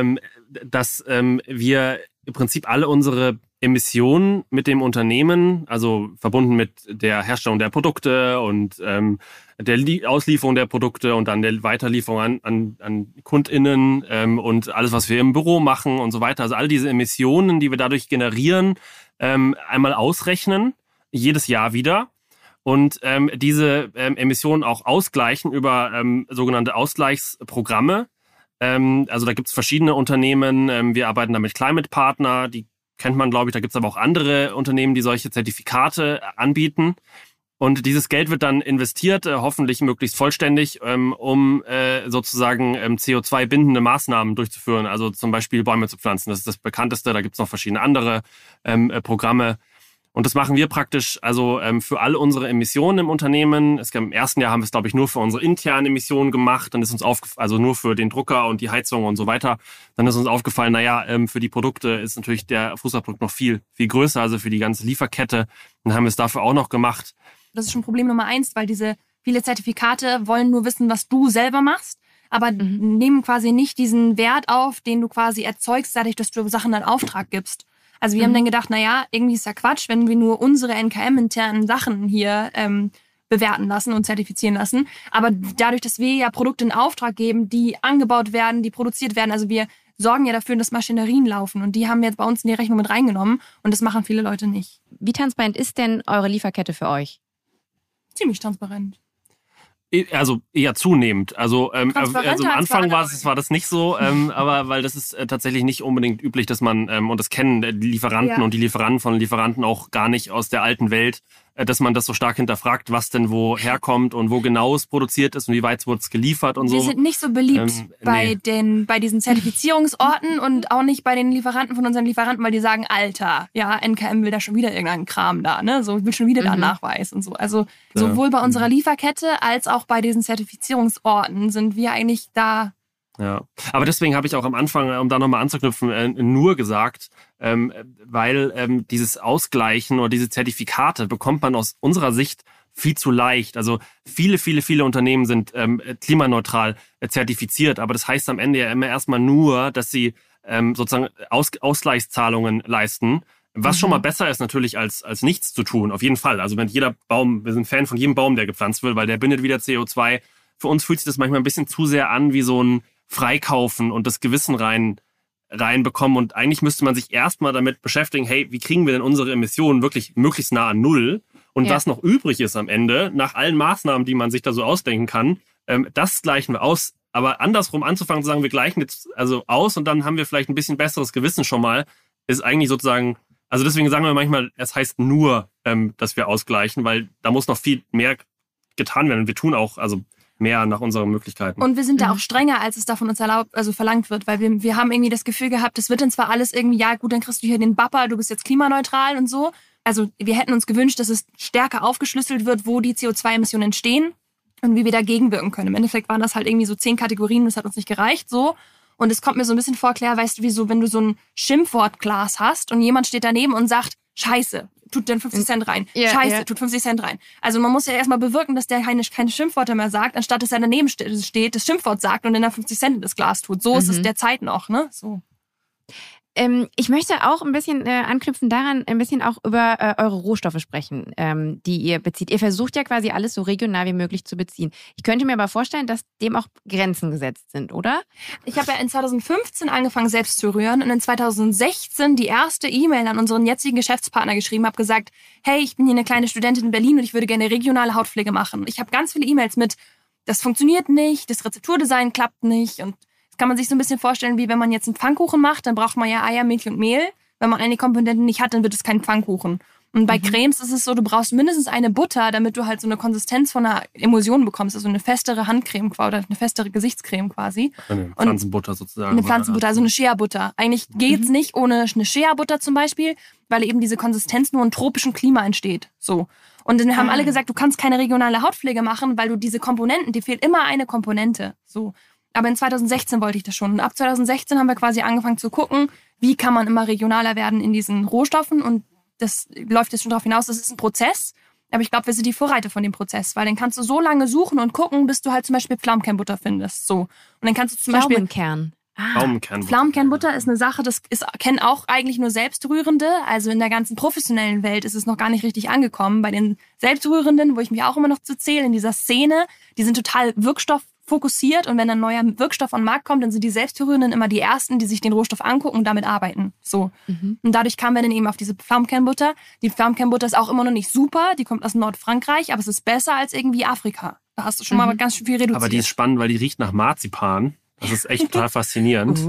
dass wir im Prinzip alle unsere Emissionen mit dem Unternehmen, also verbunden mit der Herstellung der Produkte und der Auslieferung der Produkte und dann der Weiterlieferung an KundInnen und alles, was wir im Büro machen und so weiter. Also all diese Emissionen, die wir dadurch generieren, einmal ausrechnen, jedes Jahr wieder. Und diese Emissionen auch ausgleichen über sogenannte Ausgleichsprogramme. Also da gibt es verschiedene Unternehmen. Wir arbeiten da mit Climate Partner, die kennt man, glaube ich. Da gibt es aber auch andere Unternehmen, die solche Zertifikate anbieten. Und dieses Geld wird dann investiert, hoffentlich möglichst vollständig, um sozusagen CO2-bindende Maßnahmen durchzuführen. Also zum Beispiel Bäume zu pflanzen. Das ist das bekannteste. Da gibt es noch verschiedene andere Programme. Und das machen wir praktisch also für all unsere Emissionen im Unternehmen. Im ersten Jahr haben wir es, glaube ich, nur für unsere internen Emissionen gemacht. Dann ist uns also nur für den Drucker und die Heizung und so weiter. Dann ist uns aufgefallen, für die Produkte ist natürlich der Fußabdruck noch viel, viel größer, also für die ganze Lieferkette. Dann haben wir es dafür auch noch gemacht. Das ist schon Problem Nummer 1, weil diese viele Zertifikate wollen nur wissen, was du selber machst, aber nehmen quasi nicht diesen Wert auf, den du quasi erzeugst, dadurch, dass du Sachen in Auftrag gibst. Also wir haben dann gedacht, irgendwie ist ja Quatsch, wenn wir nur unsere NKM-internen Sachen hier bewerten lassen und zertifizieren lassen. Aber dadurch, dass wir ja Produkte in Auftrag geben, die angebaut werden, die produziert werden, also wir sorgen ja dafür, dass Maschinerien laufen. Und die haben wir jetzt bei uns in die Rechnung mit reingenommen. Und das machen viele Leute nicht. Wie transparent ist denn eure Lieferkette für euch? Ziemlich transparent. Also eher zunehmend. Also am Anfang war das nicht so, aber weil das ist tatsächlich nicht unbedingt üblich, dass man, und das kennen die Lieferanten und die Lieferanten von Lieferanten auch gar nicht aus der alten Welt, dass man das so stark hinterfragt, was denn wo herkommt und wo genau es produziert ist und wie weit wurde es geliefert und so. Wir sind nicht so beliebt bei diesen Zertifizierungsorten und auch nicht bei den Lieferanten von unseren Lieferanten, weil die sagen, Alter, ja, NKM will da schon wieder irgendeinen Kram da, ne? So will schon wieder da Nachweis und so. Also sowohl bei unserer Lieferkette als auch bei diesen Zertifizierungsorten sind wir eigentlich da. Ja, aber deswegen habe ich auch am Anfang, um da nochmal anzuknüpfen, nur gesagt, weil dieses Ausgleichen oder diese Zertifikate bekommt man aus unserer Sicht viel zu leicht. Also viele Unternehmen sind klimaneutral zertifiziert, aber das heißt am Ende ja immer erstmal nur, dass sie sozusagen Ausgleichszahlungen leisten Was schon mal besser ist natürlich als nichts zu tun, auf jeden Fall. Also wenn jeder Baum, wir sind Fan von jedem Baum, der gepflanzt wird, weil der bindet wieder CO2. Für uns fühlt sich das manchmal ein bisschen zu sehr an wie so ein Freikaufen und das Gewissen reinbekommen. Und eigentlich müsste man sich erstmal damit beschäftigen, hey, wie kriegen wir denn unsere Emissionen wirklich möglichst nah an Null? Und was noch übrig ist am Ende, nach allen Maßnahmen, die man sich da so ausdenken kann, das gleichen wir aus. Aber andersrum anzufangen zu sagen, wir gleichen jetzt also aus und dann haben wir vielleicht ein bisschen besseres Gewissen schon mal, ist eigentlich sozusagen, also deswegen sagen wir manchmal, es heißt nur, dass wir ausgleichen, weil da muss noch viel mehr getan werden. Und wir tun auch also mehr nach unseren Möglichkeiten. Und wir sind da auch strenger, als es da von uns verlangt wird, weil wir haben irgendwie das Gefühl gehabt, das wird dann zwar alles irgendwie, ja gut, dann kriegst du hier den Bapper, du bist jetzt klimaneutral und so. Also wir hätten uns gewünscht, dass es stärker aufgeschlüsselt wird, wo die CO2-Emissionen entstehen und wie wir dagegen wirken können. Im Endeffekt waren das halt irgendwie so 10 Kategorien, das hat uns nicht gereicht, so. Und es kommt mir so ein bisschen vor, Claire, weißt du, wie so, wenn du so ein Schimpfwortglas hast und jemand steht daneben und sagt, Scheiße, tut dann 50 Cent rein. Scheiße, tut 50 Cent rein. Also man muss ja erstmal bewirken, dass der keine Schimpfworte mehr sagt, anstatt dass er daneben steht, das Schimpfwort sagt und dann da 50 Cent in das Glas tut. So ist es derzeit noch, ne? So. Ich möchte auch ein bisschen anknüpfen daran, ein bisschen auch über eure Rohstoffe sprechen, die ihr bezieht. Ihr versucht ja quasi alles so regional wie möglich zu beziehen. Ich könnte mir aber vorstellen, dass dem auch Grenzen gesetzt sind, oder? Ich habe ja in 2015 angefangen, selbst zu rühren und in 2016 die erste E-Mail an unseren jetzigen Geschäftspartner geschrieben, habe gesagt, hey, ich bin hier eine kleine Studentin in Berlin und ich würde gerne regionale Hautpflege machen. Ich habe ganz viele E-Mails mit, das funktioniert nicht, das Rezepturdesign klappt nicht und kann man sich so ein bisschen vorstellen, wie wenn man jetzt einen Pfannkuchen macht, dann braucht man ja Eier, Milch und Mehl. Wenn man eine Komponente nicht hat, dann wird es kein Pfannkuchen. Und bei Cremes ist es so, du brauchst mindestens eine Butter, damit du halt so eine Konsistenz von einer Emulsion bekommst. Also eine festere Handcreme oder eine festere Gesichtscreme quasi. Eine Pflanzenbutter sozusagen. Eine Pflanzenbutter, also eine Shea-Butter. Eigentlich geht's nicht ohne eine Shea-Butter zum Beispiel, weil eben diese Konsistenz nur in tropischem Klima entsteht. So. Und dann haben alle gesagt, du kannst keine regionale Hautpflege machen, weil du diese Komponenten, dir fehlt immer eine Komponente. So. Aber in 2016 wollte ich das schon. Und ab 2016 haben wir quasi angefangen zu gucken, wie kann man immer regionaler werden in diesen Rohstoffen. Und das läuft jetzt schon darauf hinaus, das ist ein Prozess. Aber ich glaube, wir sind die Vorreiter von dem Prozess. Weil dann kannst du so lange suchen und gucken, bis du halt zum Beispiel Pflaumenkernbutter findest. So. Und dann kannst du zum Beispiel... Pflaumenkernbutter ist eine Sache, kennen auch eigentlich nur Selbstrührende. Also in der ganzen professionellen Welt ist es noch gar nicht richtig angekommen. Bei den Selbstrührenden, wo ich mich auch immer noch zu zähle, in dieser Szene, die sind total wirkstofffokussiert. Und wenn ein neuer Wirkstoff an den Markt kommt, dann sind die Selbstrührenden immer die Ersten, die sich den Rohstoff angucken und damit arbeiten. So. Und dadurch kamen wir dann eben auf diese Pflaumenkernbutter. Die Pflaumenkernbutter ist auch immer noch nicht super. Die kommt aus Nordfrankreich, aber es ist besser als irgendwie Afrika. Da hast du schon mal ganz viel reduziert. Aber die ist spannend, weil die riecht nach Marzipan. Das ist echt total faszinierend.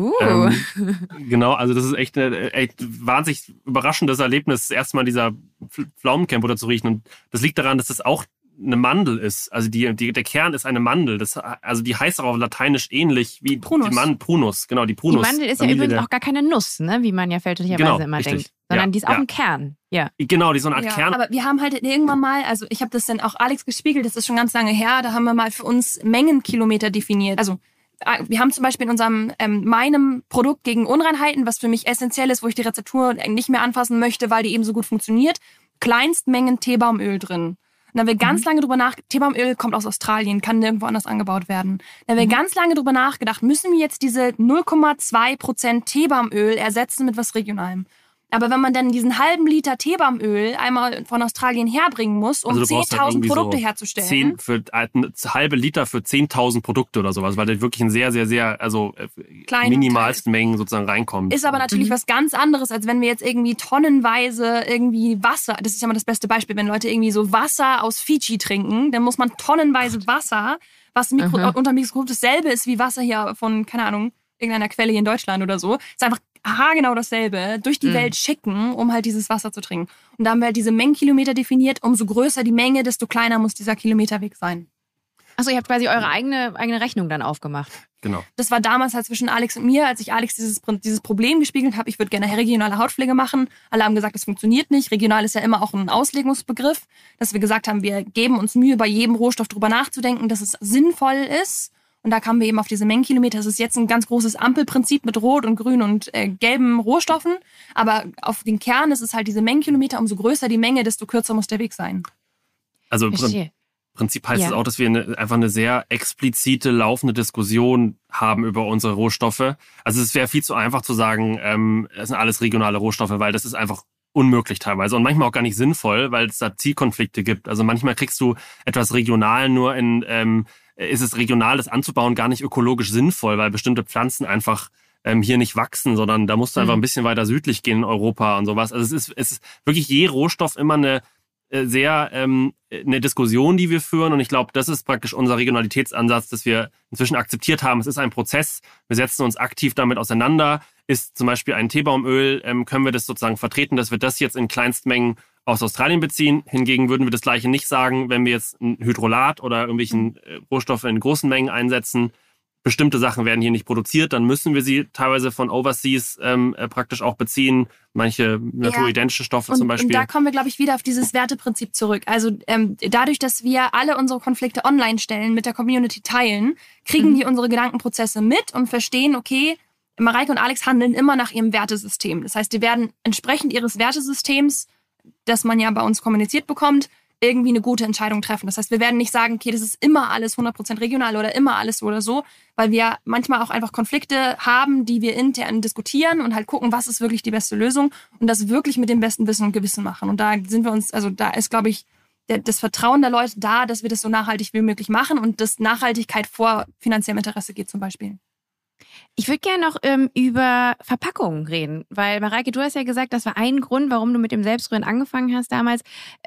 Genau, also das ist echt ein wahnsinnig überraschendes Erlebnis, erstmal dieser Pflaumenkernbutter zu riechen. Und das liegt daran, dass das auch eine Mandel ist. Also der Kern ist eine Mandel. Also die heißt auch auf Lateinisch ähnlich wie Prunus. Die Prunus. Genau, die Prunus. Die Mandel ist ja übrigens auch gar keine Nuss, ne? Wie man ja fälschlicherweise immer richtig. denkt. Sondern Ja, die ist auch ein Kern. Ja. Genau, die ist so eine Art Kern. Aber wir haben halt irgendwann mal, also ich habe das dann auch Alex gespiegelt, das ist schon ganz lange her, da haben wir mal für uns Mengenkilometer definiert. Also wir haben zum Beispiel in unserem meinem Produkt gegen Unreinheiten, was für mich essentiell ist, wo ich die Rezeptur nicht mehr anfassen möchte, weil die eben so gut funktioniert, Kleinstmengen Teebaumöl drin. Und da haben wir ganz lange drüber nachgedacht, Teebaumöl kommt aus Australien, kann nirgendwo anders angebaut werden. Da haben wir ganz lange drüber nachgedacht, müssen wir jetzt diese 0,2% Teebaumöl ersetzen mit was Regionalem? Aber wenn man dann diesen halben Liter Teebaumöl einmal von Australien herbringen muss, um also 10.000 halt Produkte so herzustellen. Eine halbe Liter für 10.000 Produkte oder sowas, weil da wirklich in sehr, sehr, sehr, also minimalsten Mengen sozusagen reinkommen. Ist aber natürlich was ganz anderes, als wenn wir jetzt irgendwie tonnenweise irgendwie Wasser, das ist ja mal das beste Beispiel, wenn Leute irgendwie so Wasser aus Fiji trinken, dann muss man tonnenweise Wasser, was unter Mikroskop dasselbe ist wie Wasser hier von, keine Ahnung, irgendeiner Quelle hier in Deutschland oder so. Ist einfach genau dasselbe, durch die Welt schicken, um halt dieses Wasser zu trinken. Und da haben wir halt diese Mengenkilometer definiert. Umso größer die Menge, desto kleiner muss dieser Kilometerweg sein. Achso, ihr habt quasi eure eigene Rechnung dann aufgemacht. Genau. Das war damals halt zwischen Alex und mir, als ich Alex dieses Problem gespiegelt habe. Ich würde gerne regionale Hautpflege machen. Alle haben gesagt, das funktioniert nicht. Regional ist ja immer auch ein Auslegungsbegriff. Dass wir gesagt haben, wir geben uns Mühe, bei jedem Rohstoff drüber nachzudenken, dass es sinnvoll ist. Und da kamen wir eben auf diese Mengenkilometer. Das ist jetzt ein ganz großes Ampelprinzip mit Rot und Grün und gelben Rohstoffen. Aber auf den Kern ist es halt diese Mengenkilometer. Umso größer die Menge, desto kürzer muss der Weg sein. Also im Prinzip heißt es auch, dass wir einfach eine sehr explizite, laufende Diskussion haben über unsere Rohstoffe. Also es wäre viel zu einfach zu sagen, das sind alles regionale Rohstoffe, weil das ist einfach unmöglich teilweise und manchmal auch gar nicht sinnvoll, weil es da Zielkonflikte gibt. Also manchmal kriegst du etwas regional nur ist es regional, das anzubauen, gar nicht ökologisch sinnvoll, weil bestimmte Pflanzen einfach hier nicht wachsen, sondern da musst du einfach ein bisschen weiter südlich gehen in Europa und sowas. Also es ist wirklich je Rohstoff immer eine Diskussion, die wir führen. Und ich glaube, das ist praktisch unser Regionalitätsansatz, dass wir inzwischen akzeptiert haben. Es ist ein Prozess. Wir setzen uns aktiv damit auseinander. Ist zum Beispiel ein Teebaumöl, können wir das sozusagen vertreten, dass wir das jetzt in Kleinstmengen aus Australien beziehen. Hingegen würden wir das Gleiche nicht sagen, wenn wir jetzt ein Hydrolat oder irgendwelchen Rohstoffe in großen Mengen einsetzen. Bestimmte Sachen werden hier nicht produziert, dann müssen wir sie teilweise von Overseas praktisch auch beziehen. Manche naturidentische Stoffe zum Beispiel. Und da kommen wir, glaube ich, wieder auf dieses Werteprinzip zurück. Also dadurch, dass wir alle unsere Konflikte online stellen, mit der Community teilen, kriegen die unsere Gedankenprozesse mit und verstehen, okay, Mareike und Alex handeln immer nach ihrem Wertesystem. Das heißt, die werden entsprechend ihres Wertesystems, das man ja bei uns kommuniziert bekommt, irgendwie eine gute Entscheidung treffen. Das heißt, wir werden nicht sagen, okay, das ist immer alles 100% regional oder immer alles so oder so, weil wir manchmal auch einfach Konflikte haben, die wir intern diskutieren und halt gucken, was ist wirklich die beste Lösung und das wirklich mit dem besten Wissen und Gewissen machen. Und da sind wir uns, also da ist, glaube ich, das Vertrauen der Leute da, dass wir das so nachhaltig wie möglich machen und dass Nachhaltigkeit vor finanziellem Interesse geht zum Beispiel. Ich würde gerne noch über Verpackungen reden, weil Mareike, du hast ja gesagt, das war ein Grund, warum du mit dem Selbstrühren angefangen hast damals,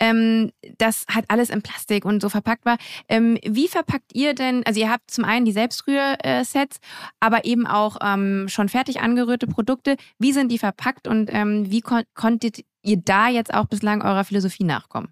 dass halt alles in Plastik und so verpackt war. Wie verpackt ihr denn, also ihr habt zum einen die Selbstrührsets, aber eben auch schon fertig angerührte Produkte. Wie sind die verpackt und wie konntet ihr da jetzt auch bislang eurer Philosophie nachkommen?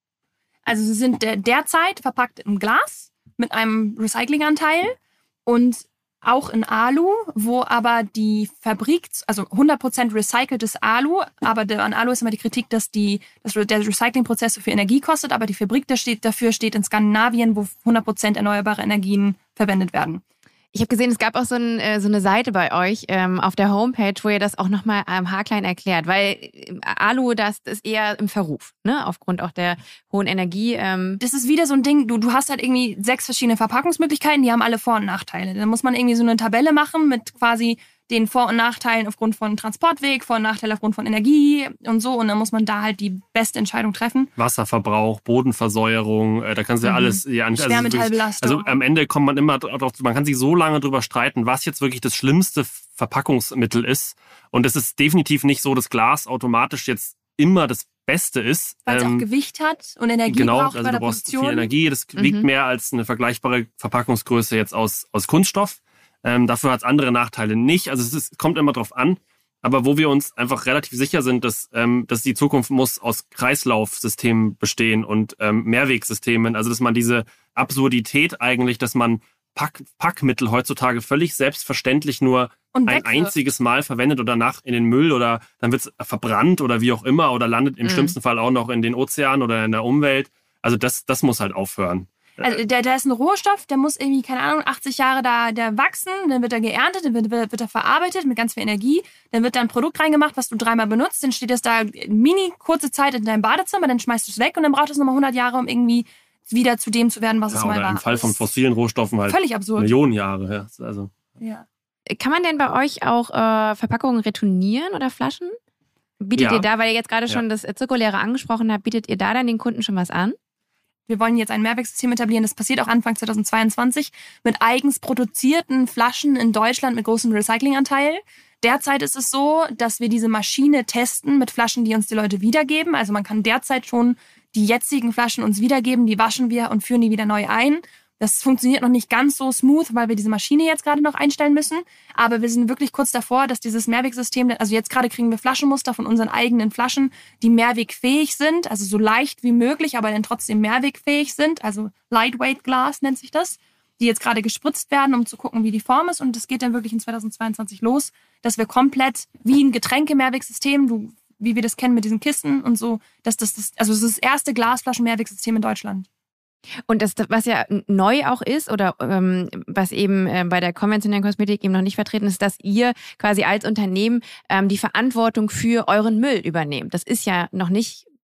Also sie sind derzeit verpackt im Glas mit einem Recyclinganteil und auch in Alu, wo aber die Fabrik, also 100% recyceltes Alu, aber an Alu ist immer die Kritik, dass der Recyclingprozess so viel Energie kostet, aber die Fabrik dafür steht in Skandinavien, wo 100% erneuerbare Energien verwendet werden. Ich habe gesehen, es gab auch so eine Seite bei euch auf der Homepage, wo ihr das auch nochmal haarklein erklärt, weil Alu, das ist eher im Verruf, ne? Aufgrund auch der hohen Energie. Das ist wieder so ein Ding, du hast halt irgendwie 6 verschiedene Verpackungsmöglichkeiten, die haben alle Vor- und Nachteile. Dann muss man irgendwie so eine Tabelle machen mit quasi den Vor- und Nachteilen aufgrund von Transportweg, Vor- und Nachteile aufgrund von Energie und so. Und dann muss man da halt die beste Entscheidung treffen. Wasserverbrauch, Bodenverseuerung, da kannst du ja alles... Schwermetallbelastung. Also am Ende kommt man immer drauf, man kann sich so lange drüber streiten, was jetzt wirklich das schlimmste Verpackungsmittel ist. Und es ist definitiv nicht so, dass Glas automatisch jetzt immer das Beste ist. Weil es auch Gewicht hat und Energie braucht bei der Produktion. Genau, also du brauchst viel Energie, das wiegt mehr als eine vergleichbare Verpackungsgröße jetzt aus Kunststoff. Dafür hat es andere Nachteile nicht. Also es kommt immer drauf an. Aber wo wir uns einfach relativ sicher sind, dass die Zukunft muss aus Kreislaufsystemen bestehen und Mehrwegsystemen. Also dass man diese Absurdität eigentlich, dass man Packmittel heutzutage völlig selbstverständlich nur ein einziges Mal verwendet oder in den Müll oder dann wird es verbrannt oder wie auch immer oder landet im schlimmsten Fall auch noch in den Ozeanen oder in der Umwelt. Also das muss halt aufhören. Also da ist ein Rohstoff, der muss irgendwie, keine Ahnung, 80 Jahre da wachsen, dann wird er geerntet, dann wird er verarbeitet mit ganz viel Energie, dann wird da ein Produkt reingemacht, was du 3-mal benutzt, dann steht das da kurze Zeit in deinem Badezimmer, dann schmeißt du es weg und dann braucht es nochmal 100 Jahre, um irgendwie wieder zu dem zu werden, was es mal war. Oder im Fall von fossilen Rohstoffen halt völlig absurd. Millionen Jahre. Ja. Also. Ja. Kann man denn bei euch auch Verpackungen retournieren oder Flaschen? Bietet ihr da, weil ihr jetzt gerade schon das Zirkuläre angesprochen habt, bietet ihr da dann den Kunden schon was an? Wir wollen jetzt ein Mehrwegsystem etablieren, das passiert auch Anfang 2022, mit eigens produzierten Flaschen in Deutschland mit großem Recyclinganteil. Derzeit ist es so, dass wir diese Maschine testen mit Flaschen, die uns die Leute wiedergeben. Also man kann derzeit schon die jetzigen Flaschen uns wiedergeben, die waschen wir und führen die wieder neu ein. Das funktioniert noch nicht ganz so smooth, weil wir diese Maschine jetzt gerade noch einstellen müssen. Aber wir sind wirklich kurz davor, dass dieses Mehrwegsystem, also jetzt gerade kriegen wir Flaschenmuster von unseren eigenen Flaschen, die mehrwegfähig sind, also so leicht wie möglich, aber dann trotzdem mehrwegfähig sind. Also Lightweight Glass nennt sich das, die jetzt gerade gespritzt werden, um zu gucken, wie die Form ist. Und das geht dann wirklich in 2022 los, dass wir komplett wie ein Getränke-Mehrwegsystem, wie wir das kennen mit diesen Kisten und so, also es ist das erste Glasflaschen-Mehrwegsystem in Deutschland. Und das, was ja neu auch ist oder was eben bei der konventionellen Kosmetik eben noch nicht vertreten ist, dass ihr quasi als Unternehmen die Verantwortung für euren Müll übernehmt. Das ist ja noch nicht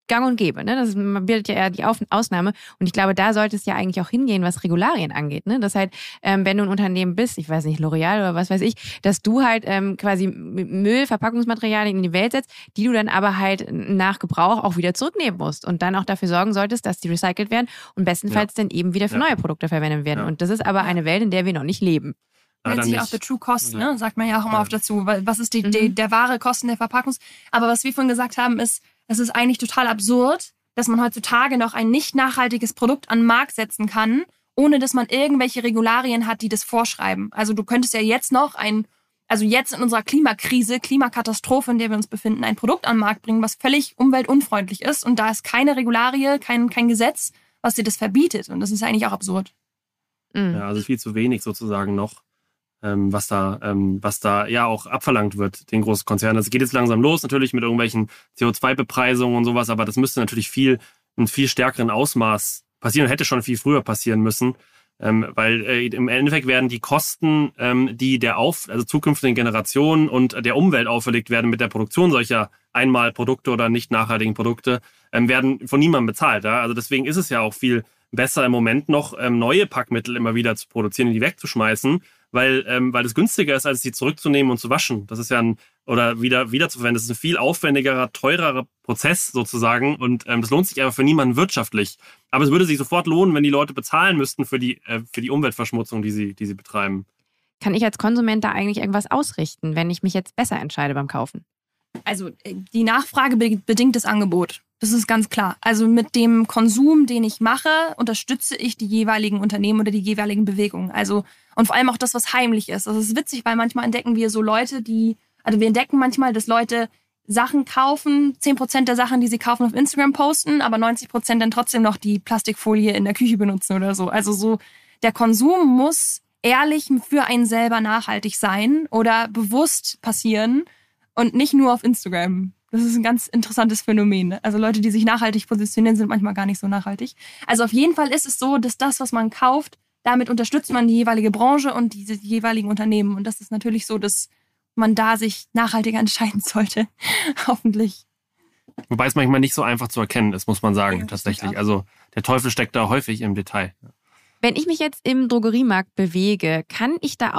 gang und gäbe. Ne? Das bildet ja eher die Ausnahme. Und ich glaube, da sollte es ja eigentlich auch hingehen, was Regularien angeht. Ne? Das halt, wenn du ein Unternehmen bist, ich weiß nicht, L'Oreal oder was weiß ich, dass du halt quasi Müll, Verpackungsmaterialien in die Welt setzt, die du dann aber halt nach Gebrauch auch wieder zurücknehmen musst und dann auch dafür sorgen solltest, dass die recycelt werden und bestenfalls dann eben wieder für neue Produkte verwendet werden. Und das ist aber eine Welt, in der wir noch nicht leben. Nennt sich auch the true cost, ne? Sagt man ja auch immer oft dazu. Was ist der wahre Kosten der Verpackungs... Aber was wir vorhin gesagt haben, ist, es ist eigentlich total absurd, dass man heutzutage noch ein nicht nachhaltiges Produkt an den Markt setzen kann, ohne dass man irgendwelche Regularien hat, die das vorschreiben. Also du könntest ja jetzt noch jetzt in unserer Klimakrise, Klimakatastrophe, in der wir uns befinden, ein Produkt an den Markt bringen, was völlig umweltunfreundlich ist. Und da ist keine Regularie, kein Gesetz, was dir das verbietet. Und das ist eigentlich auch absurd. Ja, also viel zu wenig sozusagen noch. Was da ja auch abverlangt wird, den großen Konzernen. Das geht jetzt langsam los, natürlich mit irgendwelchen CO2-Bepreisungen und sowas, aber das müsste natürlich in viel stärkeren Ausmaß passieren und hätte schon viel früher passieren müssen, weil im Endeffekt werden die Kosten, die also zukünftigen Generationen und der Umwelt auferlegt werden mit der Produktion solcher Einmalprodukte oder nicht nachhaltigen Produkte, werden von niemandem bezahlt. Ja? Also deswegen ist es ja auch viel besser im Moment noch, neue Packmittel immer wieder zu produzieren und die wegzuschmeißen, weil es günstiger ist, als sie zurückzunehmen und zu waschen. Das ist ja oder wieder zu verwenden. Das ist ein viel aufwendigerer, teurerer Prozess sozusagen und das lohnt sich aber für niemanden wirtschaftlich. Aber es würde sich sofort lohnen, wenn die Leute bezahlen müssten für die Umweltverschmutzung, die sie betreiben. Kann ich als Konsument da eigentlich irgendwas ausrichten, wenn ich mich jetzt besser entscheide beim Kaufen? Also die Nachfrage bedingt das Angebot. Das ist ganz klar. Also mit dem Konsum, den ich mache, unterstütze ich die jeweiligen Unternehmen oder die jeweiligen Bewegungen. Also und vor allem auch das, was heimlich ist. Das ist witzig, weil manchmal entdecken wir so Leute, wir entdecken manchmal, dass Leute Sachen kaufen, 10% der Sachen, die sie kaufen, auf Instagram posten, aber 90% dann trotzdem noch die Plastikfolie in der Küche benutzen oder so. Also so, der Konsum muss ehrlich für einen selber nachhaltig sein oder bewusst passieren und nicht nur auf Instagram. Das ist ein ganz interessantes Phänomen. Also Leute, die sich nachhaltig positionieren, sind manchmal gar nicht so nachhaltig. Also auf jeden Fall ist es so, dass das, was man kauft, damit unterstützt man die jeweilige Branche und die jeweiligen Unternehmen. Und das ist natürlich so, dass man da sich nachhaltiger entscheiden sollte. Hoffentlich. Wobei es manchmal nicht so einfach zu erkennen ist, muss man sagen, tatsächlich. Also der Teufel steckt da häufig im Detail. Wenn ich mich jetzt im Drogeriemarkt bewege, kann ich da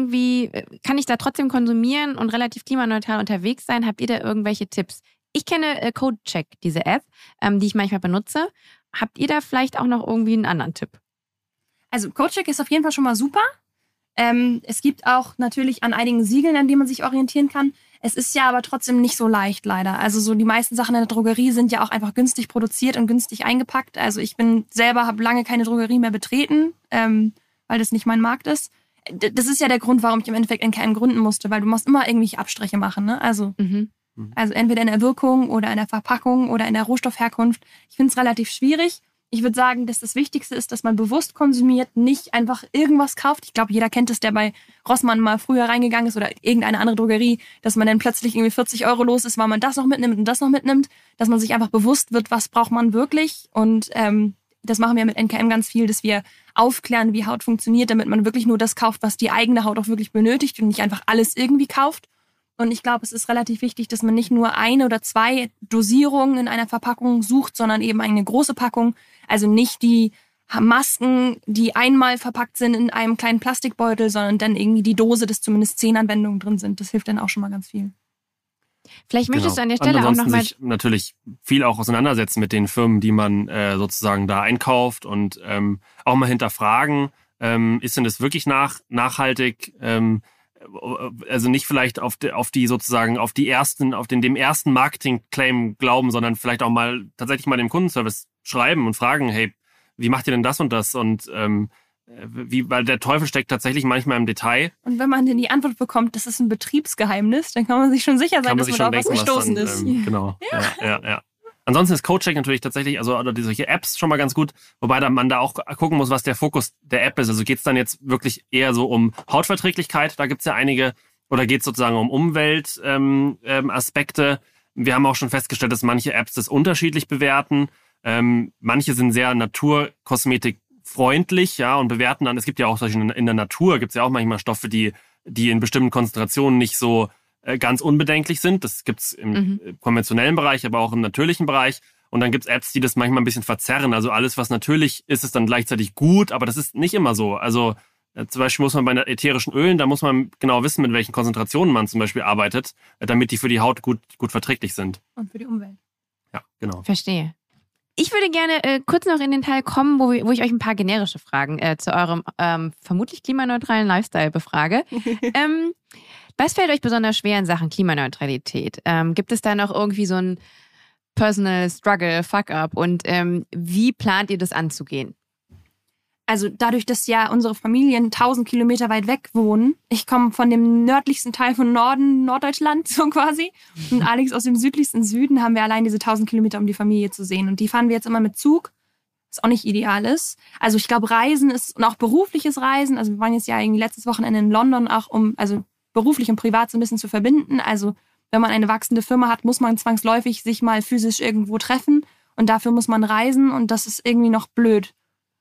trotzdem konsumieren und relativ klimaneutral unterwegs sein? Habt ihr da irgendwelche Tipps? Ich kenne CodeCheck, diese App, die ich manchmal benutze. Habt ihr da vielleicht auch noch irgendwie einen anderen Tipp? Also CodeCheck ist auf jeden Fall schon mal super. Es gibt auch natürlich an einigen Siegeln, an denen man sich orientieren kann. Es ist ja aber trotzdem nicht so leicht, leider. Also so die meisten Sachen in der Drogerie sind ja auch einfach günstig produziert und günstig eingepackt. Also ich habe lange keine Drogerie mehr betreten, weil das nicht mein Markt ist. Das ist ja der Grund, warum ich im Endeffekt NKM gründen musste, weil du musst immer irgendwelche Abstriche machen. Ne? Also entweder in der Wirkung oder in der Verpackung oder in der Rohstoffherkunft. Ich finde es relativ schwierig. Ich würde sagen, dass das Wichtigste ist, dass man bewusst konsumiert, nicht einfach irgendwas kauft. Ich glaube, jeder kennt es, der bei Rossmann mal früher reingegangen ist oder irgendeine andere Drogerie, dass man dann plötzlich irgendwie 40 € los ist, weil man das noch mitnimmt und das noch mitnimmt. Dass man sich einfach bewusst wird, was braucht man wirklich. Und das machen wir mit NKM ganz viel, dass wir aufklären, wie Haut funktioniert, damit man wirklich nur das kauft, was die eigene Haut auch wirklich benötigt und nicht einfach alles irgendwie kauft. Und ich glaube, es ist relativ wichtig, dass man nicht nur 1 oder 2 Dosierungen in einer Verpackung sucht, sondern eben eine große Packung. Also nicht die Masken, die einmal verpackt sind in einem kleinen Plastikbeutel, sondern dann irgendwie die Dose, dass zumindest 10 Anwendungen drin sind. Das hilft dann auch schon mal ganz viel. Vielleicht möchtest du an der Stelle auch nochmal... sich natürlich viel auch auseinandersetzen mit den Firmen, die man sozusagen da einkauft und auch mal hinterfragen, ist denn das wirklich nachhaltig? Also nicht vielleicht auf dem ersten Marketing-Claim glauben, sondern vielleicht auch mal tatsächlich mal dem Kundenservice schreiben und fragen, hey, wie macht ihr denn das und das? Und weil der Teufel steckt tatsächlich manchmal im Detail. Und wenn man dann die Antwort bekommt, das ist ein Betriebsgeheimnis, dann kann man sich schon sicher sein, dass man da auf was gestoßen ist. Genau. Ja. Ansonsten ist CodeCheck natürlich tatsächlich, oder solche Apps schon mal ganz gut, wobei man da auch gucken muss, was der Fokus der App ist. Also geht es dann jetzt wirklich eher so um Hautverträglichkeit, da gibt es ja einige, oder geht es sozusagen um Umweltaspekte. Wir haben auch schon festgestellt, dass manche Apps das unterschiedlich bewerten. Manche sind sehr naturkosmetikfreundlich, ja, und bewerten dann, es gibt ja auch solche in der Natur, gibt es ja auch manchmal Stoffe, die in bestimmten Konzentrationen nicht so ganz unbedenklich sind. Das gibt's im konventionellen Bereich, aber auch im natürlichen Bereich. Und dann gibt's Apps, die das manchmal ein bisschen verzerren. Also alles, was natürlich ist, ist dann gleichzeitig gut, aber das ist nicht immer so. Also zum Beispiel muss man bei ätherischen Ölen, da muss man genau wissen, mit welchen Konzentrationen man zum Beispiel arbeitet, damit die für die Haut gut verträglich sind. Und für die Umwelt. Ja, genau. Verstehe. Ich würde gerne kurz noch in den Teil kommen, wo ich euch ein paar generische Fragen zu eurem vermutlich klimaneutralen Lifestyle befrage. Was fällt euch besonders schwer in Sachen Klimaneutralität? Gibt es da noch irgendwie so ein Personal Struggle, Fuck-up? Und wie plant ihr das anzugehen? Also dadurch, dass ja unsere Familien 1000 Kilometer weit weg wohnen. Ich komme von dem nördlichsten Teil von Norddeutschland, so quasi. Und Alex aus dem südlichsten Süden, haben wir allein diese 1000 Kilometer, um die Familie zu sehen. Und die fahren wir jetzt immer mit Zug, was auch nicht ideal ist. Also ich glaube, Reisen ist, und auch berufliches Reisen. Also wir waren jetzt ja irgendwie letztes Wochenende in London, auch um also beruflich und privat so ein bisschen zu verbinden. Also wenn man eine wachsende Firma hat, muss man zwangsläufig sich mal physisch irgendwo treffen. Und dafür muss man reisen. Und das ist irgendwie noch blöd.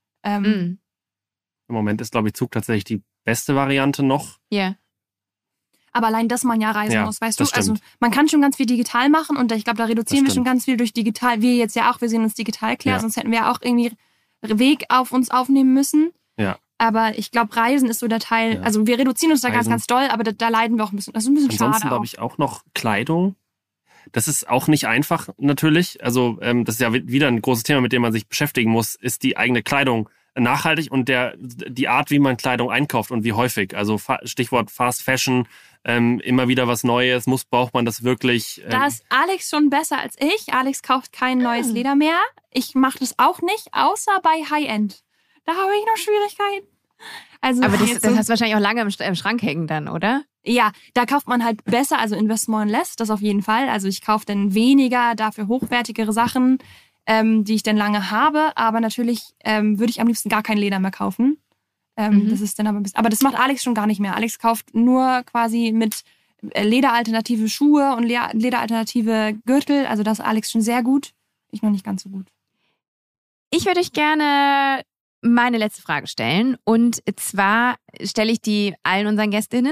Im Moment ist, glaube ich, Zug tatsächlich die beste Variante noch. Ja. Yeah. Aber allein, dass man ja reisen muss, weißt du? Das stimmt. Also man kann schon ganz viel digital machen und ich glaube, da reduzieren wir schon ganz viel durch digital. Wir jetzt ja auch, wir sehen uns digital klar, sonst hätten wir auch irgendwie Weg auf uns aufnehmen müssen. Ja. Aber ich glaube, Reisen ist so der Teil, also wir reduzieren uns da ganz, ganz doll, aber da leiden wir auch ein bisschen. Das ist ein bisschen schade. Ansonsten glaube ich auch noch Kleidung. Das ist auch nicht einfach natürlich. Also das ist ja wieder ein großes Thema, mit dem man sich beschäftigen muss, ist die eigene Kleidung nachhaltig und die Art, wie man Kleidung einkauft und wie häufig. Also Stichwort Fast Fashion, immer wieder was Neues, braucht man das wirklich? Da ist Alex schon besser als ich. Alex kauft kein neues Leder mehr. Ich mache das auch nicht, außer bei High-End. Da habe ich noch Schwierigkeiten. Also aber das hast du wahrscheinlich auch lange im Schrank hängen dann, oder? Ja, da kauft man halt besser, also invest more and less, das auf jeden Fall. Also ich kaufe dann weniger, dafür hochwertigere Sachen, die ich dann lange habe. Aber natürlich würde ich am liebsten gar kein Leder mehr kaufen. Das ist dann aber ein bisschen, aber das macht Alex schon gar nicht mehr. Alex kauft nur quasi mit lederalternative Schuhe und lederalternative Gürtel. Also das ist Alex schon sehr gut. Ich noch nicht ganz so gut. Ich würde euch gerne meine letzte Frage stellen. Und zwar stelle ich die allen unseren GästInnen.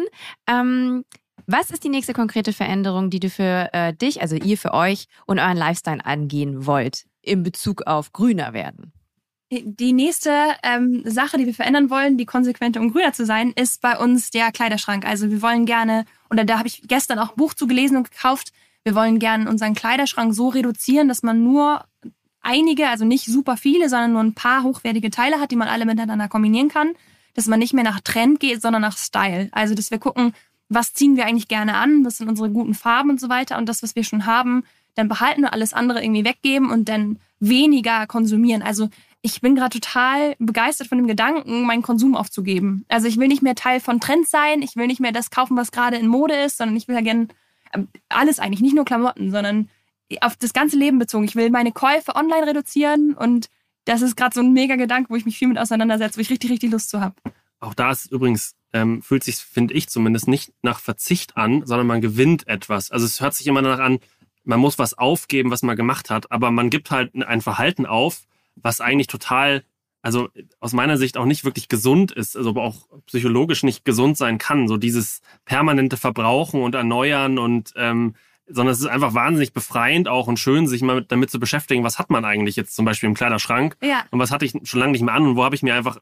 Was ist die nächste konkrete Veränderung, die du für dich, also ihr für euch und euren Lifestyle angehen wollt in Bezug auf grüner werden? Die nächste Sache, die wir verändern wollen, die konsequenter, um grüner zu sein, ist bei uns der Kleiderschrank. Also wir wollen gerne, oder da habe ich gestern auch ein Buch zu gelesen und gekauft, wir wollen gerne unseren Kleiderschrank so reduzieren, dass man nur einige, also nicht super viele, sondern nur ein paar hochwertige Teile hat, die man alle miteinander kombinieren kann. Dass man nicht mehr nach Trend geht, sondern nach Style. Also dass wir gucken, was ziehen wir eigentlich gerne an, was sind unsere guten Farben und so weiter. Und das, was wir schon haben, dann behalten und alles andere irgendwie weggeben und dann weniger konsumieren. Also ich bin gerade total begeistert von dem Gedanken, meinen Konsum aufzugeben. Also ich will nicht mehr Teil von Trends sein, ich will nicht mehr das kaufen, was gerade in Mode ist, sondern ich will ja gerne alles eigentlich, nicht nur Klamotten, sondern auf das ganze Leben bezogen. Ich will meine Käufe online reduzieren und das ist gerade so ein mega Gedanke, wo ich mich viel mit auseinandersetze, wo ich richtig, richtig Lust zu habe. Auch da ist übrigens, fühlt sich, finde ich zumindest, nicht nach Verzicht an, sondern man gewinnt etwas. Also es hört sich immer danach an, man muss was aufgeben, was man gemacht hat, aber man gibt halt ein Verhalten auf, was eigentlich total, also aus meiner Sicht auch nicht wirklich gesund ist, also auch psychologisch nicht gesund sein kann. So dieses permanente Verbrauchen und Erneuern und sondern es ist einfach wahnsinnig befreiend auch und schön, sich mal damit zu beschäftigen, was hat man eigentlich jetzt zum Beispiel im Kleiderschrank und was hatte ich schon lange nicht mehr an und wo habe ich mir einfach